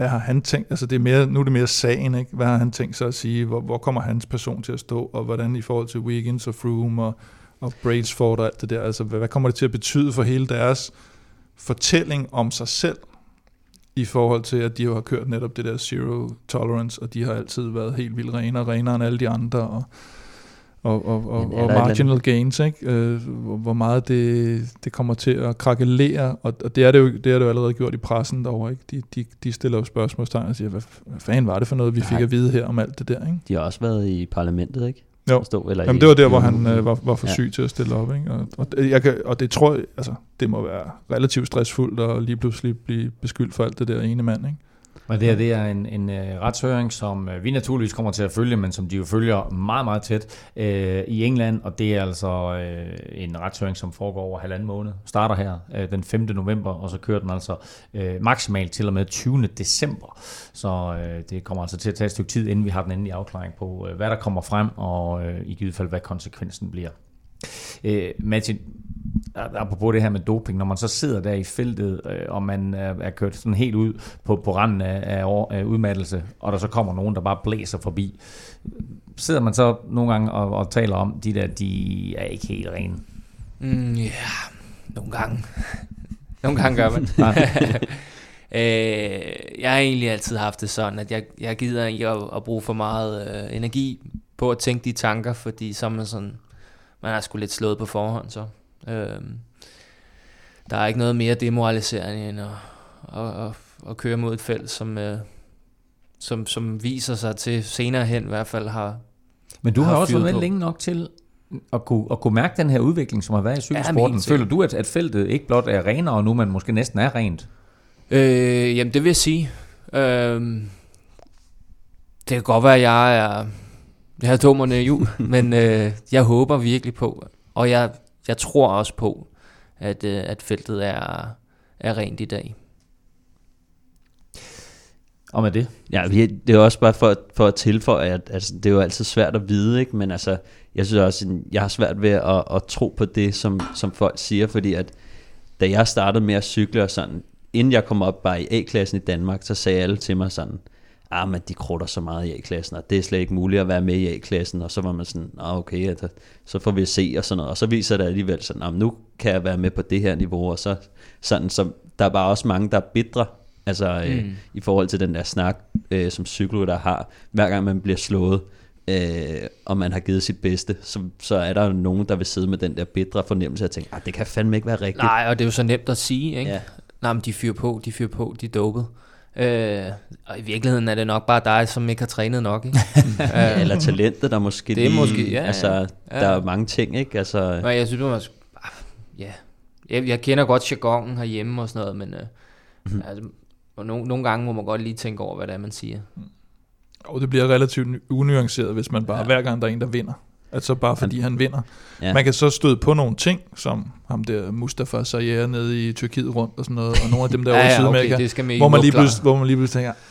hvad har han tænkt, altså det er mere, nu er det mere sagen, ikke? Hvad har han tænkt sig at sige, hvor kommer hans person til at stå, og hvordan i forhold til Wiggins og Froome og Brailsford og alt det der, altså hvad kommer det til at betyde for hele deres fortælling om sig selv, i forhold til, at de jo har kørt netop det der zero tolerance, og de har altid været helt vildt renere end alle de andre, og marginal gains, ikke? Hvor meget det kommer til at krakelere, og det er det jo allerede gjort i pressen derovre, ikke? De stiller jo spørgsmålstegn og siger, hvad fanden var det for noget, vi fik at vide her om alt det der, ikke? De har også været i parlamentet, ikke? Jo, jamen det var der, hvor han var for syg til at stille op, ikke? Og det tror jeg, altså, det må være relativt stressfuldt at lige pludselig blive beskyldt for alt det der ene mand, ikke? Og det er en retshøring, som vi naturligvis kommer til at følge, men som de jo følger meget, meget tæt i England, og det er altså en retshøring, som foregår over 1,5 måned. Starter her den 5. november, og så kører den altså maksimalt til og med 20. december. Så det kommer altså til at tage et stykke tid, inden vi har den endelige afklaring på, hvad der kommer frem, og i givet fald, hvad konsekvensen bliver. Martin, apropos det her med doping, når man så sidder der i feltet, og man er kørt sådan helt ud på randen af udmattelse, og der så kommer nogen, der bare blæser forbi, sidder man så nogle gange og taler om, de er ikke helt rene? Nogle gange. Nogle gange gør man. Jeg har egentlig altid haft det sådan, at jeg gider ikke at bruge for meget energi på at tænke de tanker, fordi så er man sådan, man er sgu lidt slået på forhånd, så. Der er ikke noget mere demoraliserende end at køre mod et felt, som viser sig til senere hen i hvert fald har. Men du har også været længe nok til at kunne mærke den her udvikling, som har været i cykelsporten. Føler du, at feltet ikke blot er renere nu, men måske næsten er rent? Jamen det vil jeg sige. Det kan godt være, at jeg er dummerne i jul, men jeg håber virkelig på, og jeg tror også på, at feltet er rent i dag. Og med det? Ja, det er også bare for at tilføje, at altså, det er jo altid svært at vide, ikke? Men altså, jeg synes også, jeg har svært ved at tro på det, som folk siger, fordi at da jeg startede med at cykle og sådan, inden jeg kom op bare i A-klassen i Danmark, så sagde alle til mig sådan, men de krutter så meget i A-klassen, og det er slet ikke muligt at være med i A-klassen, og så var man sådan, okay, så får vi se og sådan noget, og så viser det alligevel sådan, nu kan jeg være med på det her niveau, og så sådan, så der er bare også mange, der er bitre, altså i forhold til den der snak, som cykelrytter har, hver gang man bliver slået, og man har givet sit bedste, så er der jo nogen, der vil sidde med den der bitre fornemmelse, og tænke, det kan fandme ikke være rigtigt. Nej, og det er jo så nemt at sige, ikke? Ja. Nej, men de fyrer på, de er dopet. Og i virkeligheden er det nok bare dig, som ikke har trænet nok, ikke? Eller talentet, der måske det er måske, ja. Altså, der er mange ting, ikke? Altså. Nej, jeg synes, at jeg kender godt jargonen herhjemme og sådan noget, men altså, nogle gange må man godt lige tænke over, hvad det er, man siger. Og det bliver relativt unuanceret, hvis man bare hver gang der er en, der vinder. Altså bare fordi han vinder. Ja. Man kan så støde på nogle ting, som ham der Mustafa Sayere nede i Tyrkiet rundt og sådan noget, og nogle af dem der over i Sydamerika, okay, hvor man lige pludselig tænker,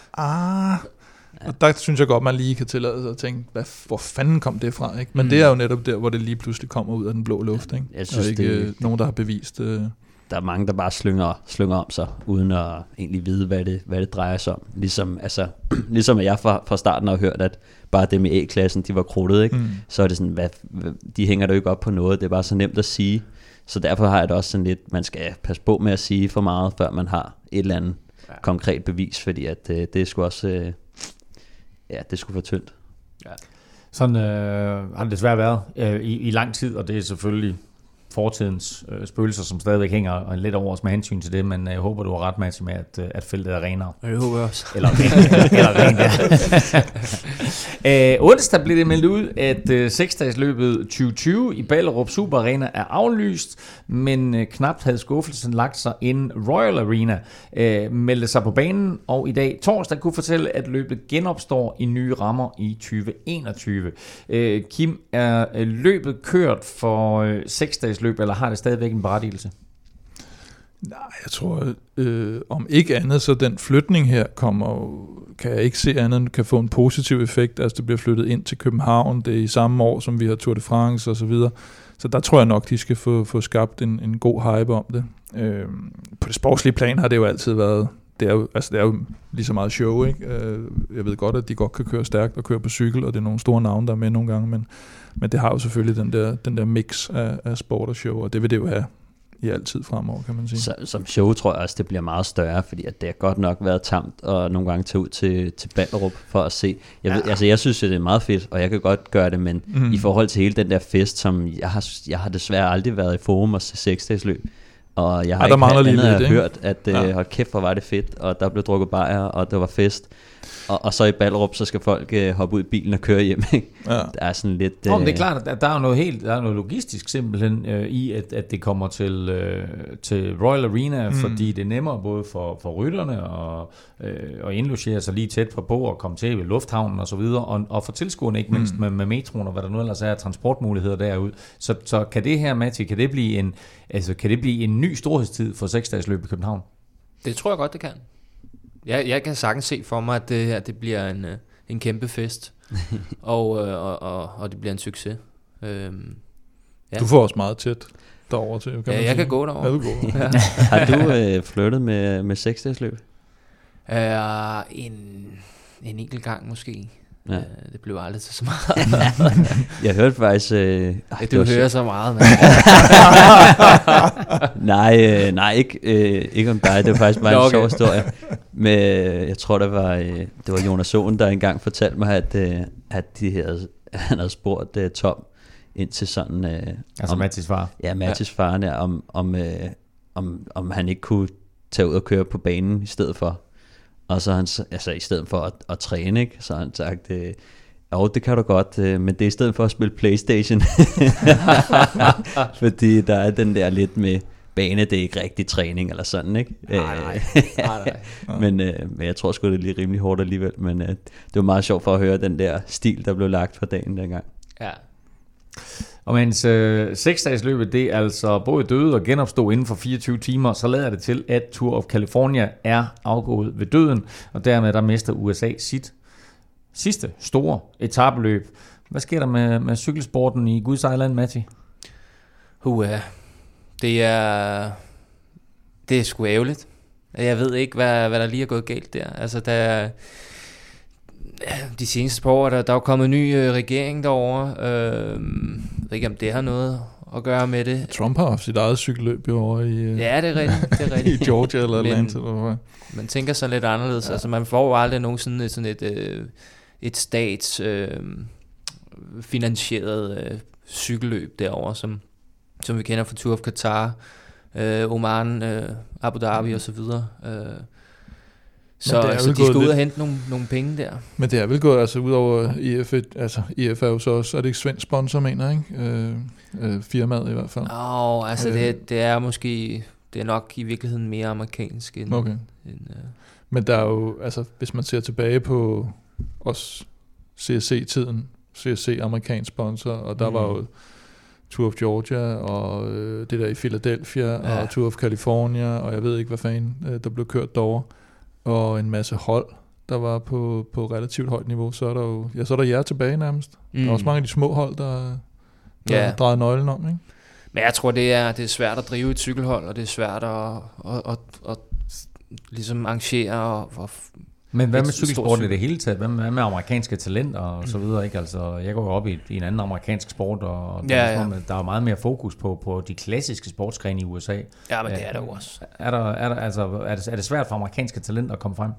og der synes jeg godt, man lige kan tillade sig at tænke, hvor fanden kom det fra, ikke? Men det er jo netop der, hvor det lige pludselig kommer ud af den blå luft, ikke? Jeg synes, og ikke nogen, der har bevist der er mange, der bare slynger om sig, uden at egentlig vide, hvad det drejer sig om. Ligesom at jeg fra starten har hørt, at bare dem i A-klassen, de var krudtet, ikke? Så er det sådan, de hænger der jo ikke op på noget, det er bare så nemt at sige. Så derfor har jeg det også sådan lidt, man skal passe på med at sige for meget, før man har et eller andet konkret bevis, fordi at det er sgu også, det er sgu for tyndt. Ja. Sådan har det desværre været i lang tid, og det er selvfølgelig fortidens spøgelser, som stadigvæk hænger lidt over os med hensyn til det, men jeg håber, du har ret, Mats, med, at feltet er renere. Det håber jeg også. Eller rent, ja. Onsdag blev det meldt ud, at 6-dagsløbet 2020 i Ballerup Super Arena er aflyst, men knapt havde skuffelsen lagt sig inden Royal Arena meldte sig på banen, og i dag torsdag kunne fortælle, at løbet genopstår i nye rammer i 2021. Kim, er løbet kørt for 6-dages løb, eller har det stadigvæk en berettigelse? Nej, jeg tror, om ikke andet, så den flytning her kan jeg ikke se andet end kan få en positiv effekt, altså det bliver flyttet ind til København, det er i samme år, som vi har Tour de France og så videre, så der tror jeg nok, de skal få skabt en god hype om det. På det sportslige plan har det jo altid været det er jo lige så meget show, ikke? Jeg ved godt, at de godt kan køre stærkt og køre på cykel, og det er nogle store navne, der er med nogle gange, men det har jo selvfølgelig den der mix af sport og show, og det vil det jo have i altid fremover, kan man sige. Så, som show tror jeg også, det bliver meget større, fordi at det har godt nok været tamt og nogle gange tage ud til Ballerup for at se. Jeg synes, det er meget fedt, og jeg kan godt gøre det, men i forhold til hele den der fest, som jeg har desværre aldrig været i forum og se 6-dagsløb, og jeg har ikke hørt, at hold kæft, hvor var det fedt, og der blev drukket bajer, og det var fest. Og så i Ballerup, så skal folk hoppe ud i bilen og køre hjem. Ikke? Ja. Der er sådan lidt... Men det er klart, at der er noget logistisk simpelthen i, at det kommer til Royal Arena, fordi det er nemmere både for rytterne og indlogere sig lige tæt på og komme til ved lufthavnen og så videre, og for tilskuerne ikke mindst med metroen og hvad der nu ellers er transportmuligheder derude. Så kan det her, Matti, kan det blive en ny storhedstid for 6-dagsløb i København? Det tror jeg godt, det kan. Jeg kan sagtens se for mig, at det bliver en kæmpe fest, og det bliver en succes. Ja. Du får også meget tæt derover til, kan man sige. Jeg kan gå derover. Ja, du går. Ja. Har du flyttet med 6-dagsløb? En enkelt gang måske. Ja. Det blev aldrig til så meget. Jeg hørte faktisk... du hører så meget, man. nej, ikke om dig. Det var faktisk bare en sjov historie. Jeg tror, det var Jonas Åen, der engang fortalte mig, at han havde spurgt Tom ind til sådan... altså Mattis far. Ja, Mattis far der, om han ikke kunne tage ud og køre på banen i stedet for. Og så han, i stedet for at træne, ikke, så har han sagt, det kan du godt, men det er i stedet for at spille PlayStation. Fordi der er den der lidt med bane, det er ikke rigtig træning eller sådan, ikke? Nej. Men jeg tror sgu, det er lige rimelig hårdt alligevel, men det var meget sjovt for at høre den der stil, der blev lagt for dagen dengang. Ja. Og mens 6-dagsløbet det altså både døde og genopstod inden for 24 timer, så lader det til, at Tour of California er afgået ved døden, og dermed der mister USA sit sidste store etapeløb. Hvad sker der med cykelsporten i Guds Island, Matti? Det er sgu ærgerligt. Jeg ved ikke, hvad der lige er gået galt der. Altså, de seneste par år, der er jo kommet en ny regering derovre. Jeg ved ikke, om det har noget at gøre med det. Trump har haft sit eget cykelløb over i... Ja, det er rigtigt. I Georgia eller Atlanta. Man tænker sådan lidt anderledes. Ja. Altså, man får jo aldrig nogen sådan et stats finansieret cykelløb derovre, som vi kender fra Tour of Qatar, Oman, Abu Dhabi og så videre. Så de skal ud og hente nogle penge der. Men det er vel gået altså ud over EF, altså EF er jo så også, er det ikke svensk sponsor, mener jeg, ikke? Firmaet i hvert fald. Altså det er måske, det er nok i virkeligheden mere amerikansk end... Okay. Men der er jo, altså hvis man ser tilbage på også CSC-tiden, CSC amerikansk sponsor, og der var jo Tour of Georgia, og det der i Philadelphia, og Tour of California, og jeg ved ikke, hvad fanden der blev kørt derovre. Og en masse hold, der var på relativt højt niveau. Så er der jo, så er der jer tilbage nærmest. Der er også mange af de små hold, der drejer nøglen om, ikke? Men jeg tror, det er svært at drive et cykelhold, og det er svært at ligesom arrangere og men hvad med cykelsporten i det hele taget? Hvad med amerikanske talenter og så videre, ikke? Altså, jeg går jo op i en anden amerikansk sport, og der er meget mere fokus på de klassiske sportsgrene i USA. Ja, men det er der jo også. Er det svært for amerikanske talenter at komme frem?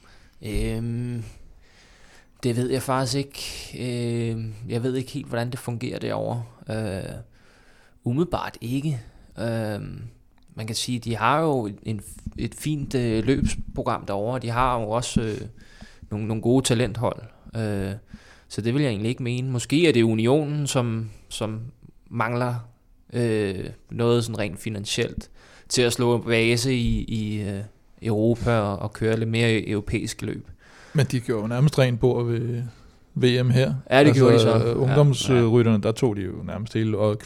Det ved jeg faktisk ikke. Jeg ved ikke helt, hvordan det fungerer derovre. Umiddelbart ikke. Man kan sige, de har jo et fint løbsprogram derovre. De har jo også nogle gode talenthold. Så det vil jeg egentlig ikke mene. Måske er det Unionen, som mangler noget sådan rent finansielt til at slå en base i Europa og køre lidt mere europæisk løb. Men de gjorde jo nærmest rent bord ved VM her. Ja, det gjorde de så. Ungdomsrytterne, der tog de jo nærmest hele, og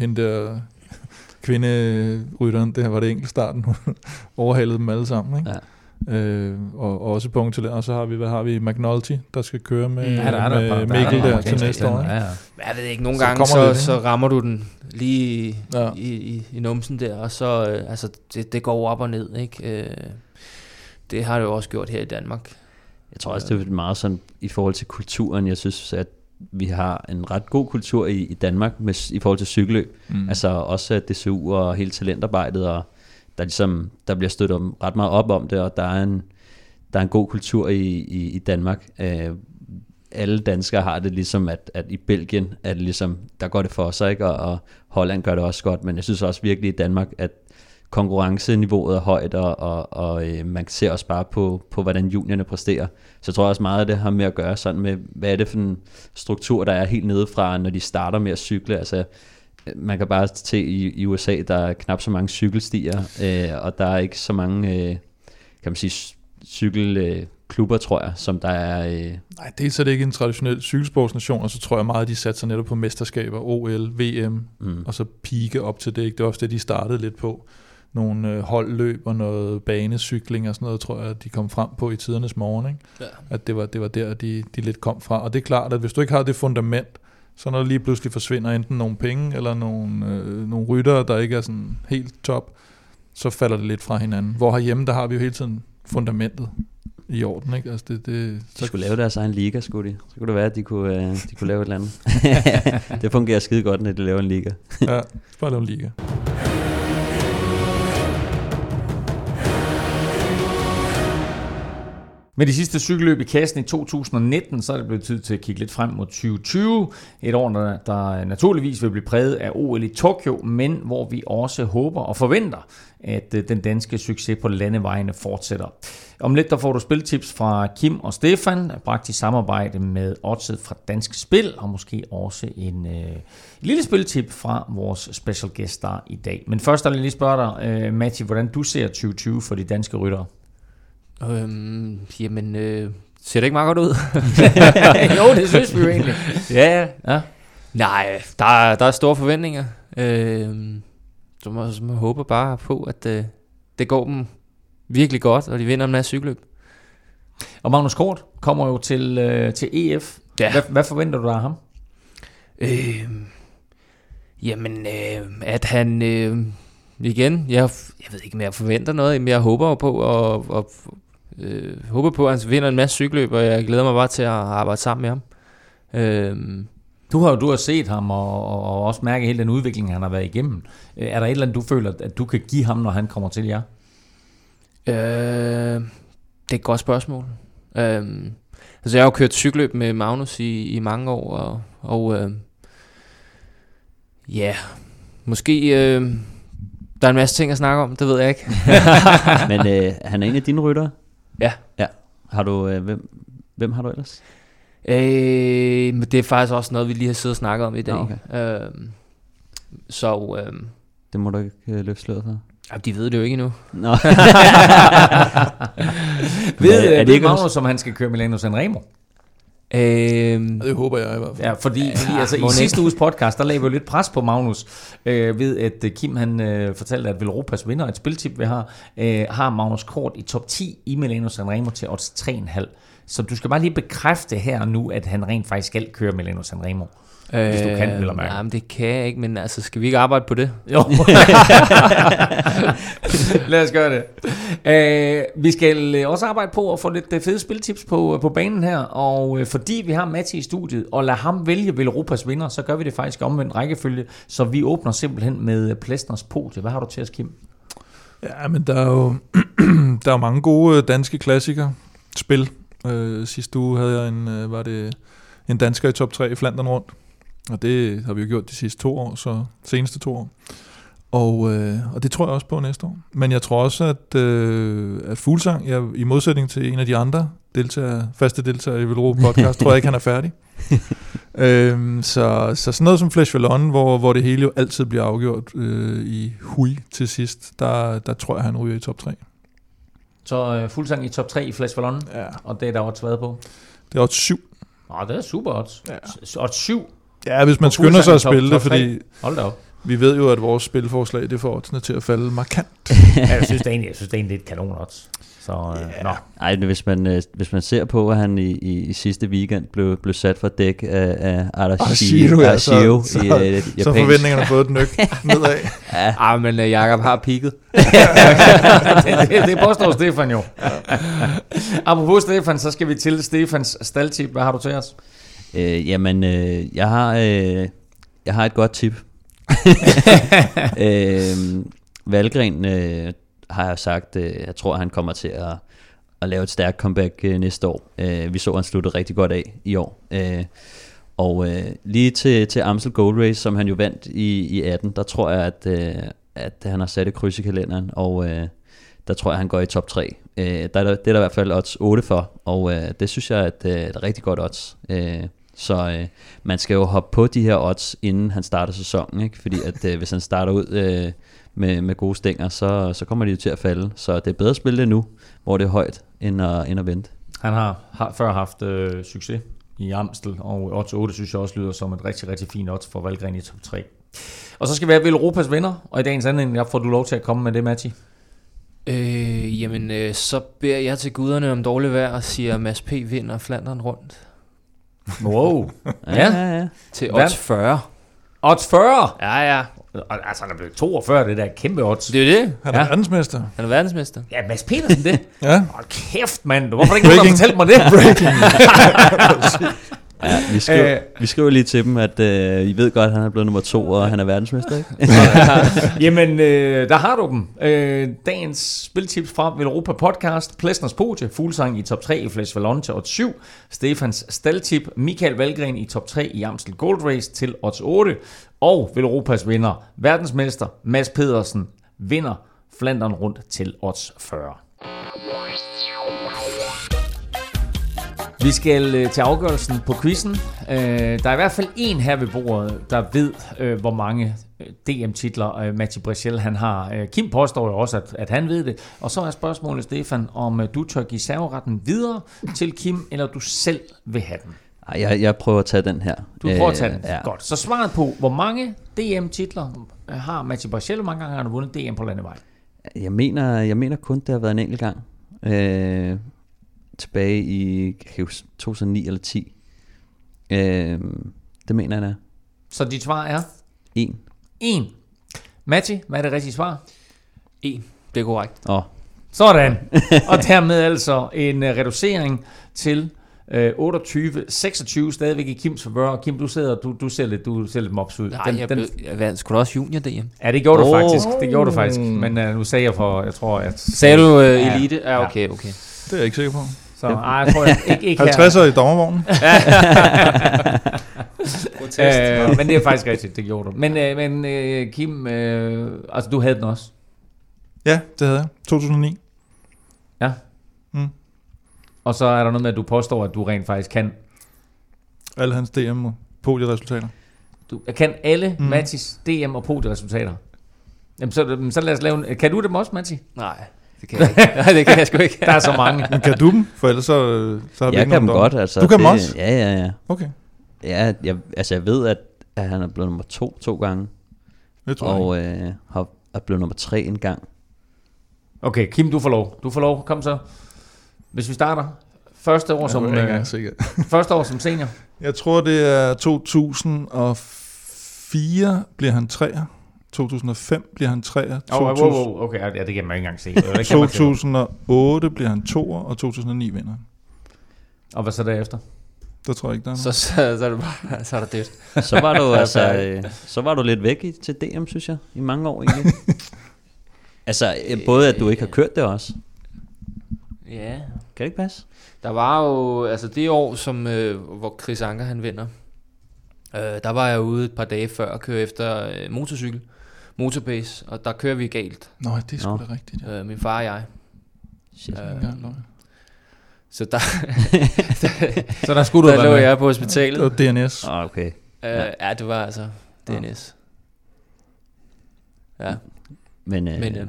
kvinderytteren, det her var det enkeltstarten, overhalede dem alle sammen, ikke? Ja. Og også på unge, og så har vi McNulty, der skal køre med Mikkel der til næste år. Ja. Jeg ved ikke, nogle gange så rammer du den lige i numsen der, og så det går op og ned, ikke? det har det jo også gjort her i Danmark. Jeg tror også, det er meget sådan i forhold til kulturen. Jeg synes, at vi har en ret god kultur i Danmark i forhold til cykelløb. Altså også DCU og hele talentarbejdet, og der bliver støttet ret meget op om det, og der er en god kultur i Danmark. Alle danskere har det ligesom, at i Belgien er det ligesom, der går det for sig, ikke? Og Holland gør det også godt, men jeg synes også virkelig i Danmark, at konkurrenceniveauet er højt, og man ser også bare på hvordan juniorerne præsterer. Så jeg tror også meget af det har med at gøre sådan med, hvad er det for en struktur, der er helt nedefra, når de starter med at cykle. Altså, man kan bare se i USA, der er knap så mange cykelstier, og der er ikke så mange, kan man sige, cykelklubber, tror jeg, som der er... Nej, dels er det ikke en traditionel cykelsportsnation, og så tror jeg meget, at de satser netop på mesterskaber, OL, VM, og så pike op til det. Ikke? Det var også det, de startede lidt på. Nogle holdløb og noget banecykling og sådan noget, tror jeg, de kom frem på i tidernes morgen. Ikke? Ja. At det var der, de lidt kom fra. Og det er klart, at hvis du ikke har det fundament, så når der lige pludselig forsvinder enten nogle penge, eller nogle ryttere, der ikke er sådan helt top, så falder det lidt fra hinanden. Hvor herhjemme, der har vi jo hele tiden fundamentet i orden, ikke? Altså de skulle lave deres egen liga, skulle de. Så kunne det være, at de kunne lave et eller andet. Det fungerer skide godt, når de laver en liga. Ja, bare lave en liga. Med de sidste cykelløb i kassen i 2019, så er det blevet tid til at kigge lidt frem mod 2020. Et år, der naturligvis vil blive præget af OL i Tokyo, men hvor vi også håber og forventer, at den danske succes på landevejene fortsætter. Om lidt der får du spiltips fra Kim og Stefan, bragt i samarbejde med Oddset fra Dansk Spil, og måske også en lille spiltip fra vores special guest star i dag. Men først vil jeg lige spørge dig, Matti, hvordan du ser 2020 for de danske ryttere? Ser det ikke meget godt ud? Jo, det synes vi jo egentlig. Ja. Nej, der er store forventninger. Så man håber bare på, at det går dem virkelig godt, og de vinder en masse cykelløb. Og Magnus Kort kommer jo til EF. Ja. Hvad forventer du af ham? At han... igen, jeg ved ikke, om jeg forventer noget, men jeg håber på, at han vinder en masse cykelløb, og jeg glæder mig bare til at arbejde sammen med ham. Du har set ham og også mærket hele den udvikling, han har været igennem. Er der et eller andet, du føler, at du kan give ham, når han kommer til jer? Det er et godt spørgsmål. Altså jeg har jo kørt cykelløb med Magnus i mange år, og måske der er en masse ting at snakke om, det ved jeg ikke. Men han er en af dine ryttere? Ja. Har du, hvem har du ellers? Men det er faktisk også noget, vi lige har siddet og snakket om i dag. Okay. Det må du ikke løfte sløret for? Ja, de ved det jo ikke endnu. Nå. Ved Magnus, som han skal køre Milano Sanremo? Det håber jeg i hvert fald. Ja, fordi altså, i sidste uges podcast, der lagde vi jo lidt pres på Magnus, ved at Kim han fortalte, at Velropas vinder et spiltip, vi har Magnus Kort i top 10 i Milano Sanremo til odds 3,5. Så du skal bare lige bekræfte her nu, at han rent faktisk skal køre Milano Sanremo. Hvis du kan, eller mærke. Jamen det kan jeg ikke, men altså skal vi ikke arbejde på det? Jo. Lad os gøre det. Vi skal også arbejde på at få lidt fede spiltips på banen her, og fordi vi har Matti i studiet, og lader ham vælge Velropas vinder, så gør vi det faktisk omvendt rækkefølge, så vi åbner simpelthen med Plesners podie. Hvad har du til os, Kim? Ja, men der er jo mange gode danske klassikere spil. Sidste uge havde jeg en dansker i top 3 i Flandern rundt. Og det har vi jo gjort de seneste 2 år. Og det tror jeg også på næste år. Men jeg tror også, at Fuglsang, i modsætning til en af de andre faste deltagere i Velropa podcast, tror jeg ikke, han er færdig. Så sådan noget som Flesh Vallon, hvor det hele jo altid bliver afgjort i hui til sidst, der tror jeg, han ryger i top 3. Så Fuglsang i top 3 i Flesh Vallon, ja. Og det er der odds været på? Det er odds 7. Det er super odds. Ja. Odds 7? Ja, hvis man skynder sig at spille det, fordi... Hold da op. Vi ved jo, at vores spilforslag, det får oddsene til at falde markant. Jeg synes det egentlig er et kanon odds. Så, nå. Ej, hvis man ser på, at han i sidste weekend blev sat for dæk af Arashiro så forventningerne har fået et nyk nedad. Men Jakob har peaked. det påstår Stefan jo. Apropos Stefan, så skal vi til Stefans staldtip. Hvad har du til os? Jeg har et godt tip. Valgren har jeg sagt, jeg tror han kommer til at lave et stærkt comeback næste år. Vi så han slutte rigtig godt af i år. Og lige til Amstel Gold Race, som han jo vandt i 18, der tror jeg, at han har sat et kryds i kalenderen, og der tror jeg, han går i top 3. Det er der i hvert fald odds 8 for, og det synes jeg er et rigtig godt odds. Så man skal jo hoppe på de her odds, inden han starter sæsonen, ikke? Fordi at hvis han starter ud med gode stænger, så kommer de jo til at falde. Så det er bedre at spille det nu, hvor det er højt, end at vente. Han har før haft succes i Amstel, og odds 8 synes jeg også lyder som et rigtig, rigtig fint odds for Valgren i top 3. Og så skal vi have Europas vinder, og i dagens anledning, får du lov til at komme med det, Matti. Så beder jeg til guderne om dårligt vejr og siger, at Mads P. vinder Flandern rundt. Wow. Ja. Til odds 40. Odds 40? Ja. Altså, han er blevet 42, det der kæmpe odds. Det er det. Han er verdensmester. Han er verdensmester. Ja, Mads Petersen det. Ja. Kæft, mand. Hvorfor ikke nogen, der fortælle mig det? Ja, vi skriver lige til dem, at I ved godt, at han er blevet nummer 2, og han er verdensmester, ikke? Jamen, der har du dem. Dagens spiltips fra Europa Podcast. Plesners Podie, Fuglsang i top 3 i Flash Vallon til odds 7. Stefans staldtip, Michael Valgren i top 3 i Amstel Gold Race til odds 8. Og Europas vinder, verdensmester Mads Pedersen, vinder Flandern rundt til odds 40. Vi skal til afgørelsen på quizzen. Der er i hvert fald en her ved bordet, der ved, hvor mange DM-titler Matti Brichel han har. Kim påstår jo også, at han ved det. Og så er spørgsmålet, Stefan, om du tør give serveretten videre til Kim, eller du selv vil have den. Jeg prøver at tage den her. Du prøver at tage den? Ja. Godt. Så svaret på, hvor mange DM-titler har Matti Brichel, hvor mange gange har han vundet DM på landevej? Jeg mener kun, det har været en enkelt gang. Tilbage i 2009 eller 10. Det mener jeg, det er. Så dit svar er? 1. Matti, hvad er det rigtige svar? 1. Det er korrekt. Sådan. Og dermed altså en reducering til 28-26 stadigvæk i Kims favør. Kim, du ser lidt mops ud. Nej, jeg vandt sgu da også junior DM. Ja, det gjorde du faktisk. Men nu sagde jeg jeg tror, at... Sagde du elite? Ja, okay. Det er jeg ikke sikker på. Så jeg tror ikke 50'er i dommervognen. Men det er faktisk rigtigt, det gjorde du. Men Kim, altså du havde den også? Ja, det havde jeg. 2009. Ja. Og så er der noget med, at du påstår, at du rent faktisk kan... Alle hans DM og podieresultater. Du kan alle Mattis DM og podieresultater. Jamen, så lad os lave en... Kan du dem også, Matti? Nej, det kan jeg ikke. Nej, det kan jeg sgu ikke. Der er så mange. Men kan du dem? For ellers så har vi jeg ikke kan dem noget godt, altså. Du kan dem også? Ja. Okay. Ja, jeg ved, at han er blevet nummer 2 gange. Det tror jeg og er blevet nummer 3 en gang. Okay, Kim, du får lov. Kom så. Hvis vi starter. Første år som senior. Jeg tror, det er 2004 bliver han 3'er. 2005 bliver han 3'er. Okay, ja, det kan man ikke engang se. 2008 bliver han 2'er, og 2009 vinder han. Og hvad så derefter? Der tror jeg ikke, der er så er det bare, så er det dødt. Så var du lidt væk til DM, synes jeg, i mange år egentlig. Altså, både at du ikke har kørt det også. Ja. Kan det ikke passe? Der var jo, altså det år, hvor Chris Anker han vinder, der var jeg ude et par dage før og køre efter motorcykel, motorbase, og der kører vi galt. Nå, det er sgu da rigtigt. Ja. Min far og jeg. Shit. Så der så der skulle der lå jeg på hospitalet. Det var DNS. Okay. Ja, det var altså DNS. Ja. Men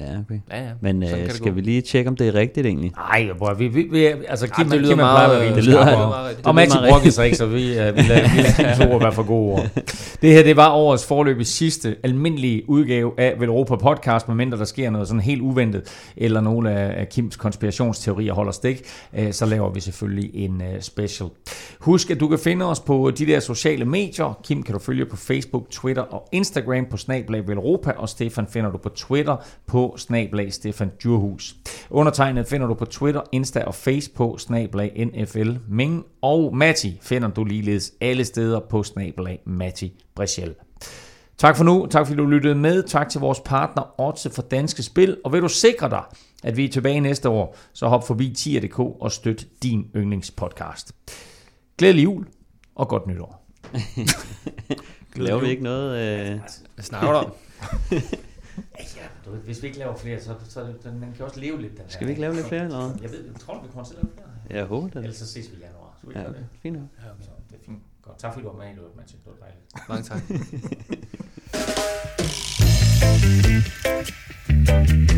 Ja, okay. Ja. Men Sådan kan det skal gå. vi lige tjekke, om det er rigtigt egentlig? Nej, bror, vi altså Kim, det lyder Kim meget- plejer at være det lyder- rimelig det lyder skarp, meget rigtigt. og Matti brokker sig ikke, så vi lader to ord være for gode ord. Det her, det var årets foreløbig sidste almindelige udgave af Velropa Podcast, medmindre der sker noget sådan helt uventet, eller nogle af Kims konspirationsteorier holder stik, så laver vi selvfølgelig en special. Husk, at du kan finde os på de der sociale medier. Kim kan du følge på Facebook, Twitter og Instagram på @Velropa, og Stefan finder du på Twitter på @Stefan Djurhus. Undertegnet finder du på Twitter, Insta og Face på @NFL Ming, og Matti finder du ligeledes alle steder på @Matti Brechel. Tak for nu, tak fordi du lyttede med, tak til vores partner Odds for Danske Spil, og vil du sikre dig, at vi er tilbage næste år, så hop forbi tier.dk og støt din yndlingspodcast. Glædelig jul og godt nytår. Laver vi ikke noget? Hvad snakker du om? Ja, hvis vi ikke laver flere, så den kan også leve lidt. Den Skal vi ikke lave lidt flere eller noget? Jeg tror, vi kommer til at lave flere. Jeg håber det. Ellers så ses vi i januar. Så vi Ja, gøre okay. det. Fint nok. Ja, okay. Så det er fint. Godt. Tak fordi du var med i løbet, Matti. Det var dejligt. Mange tak.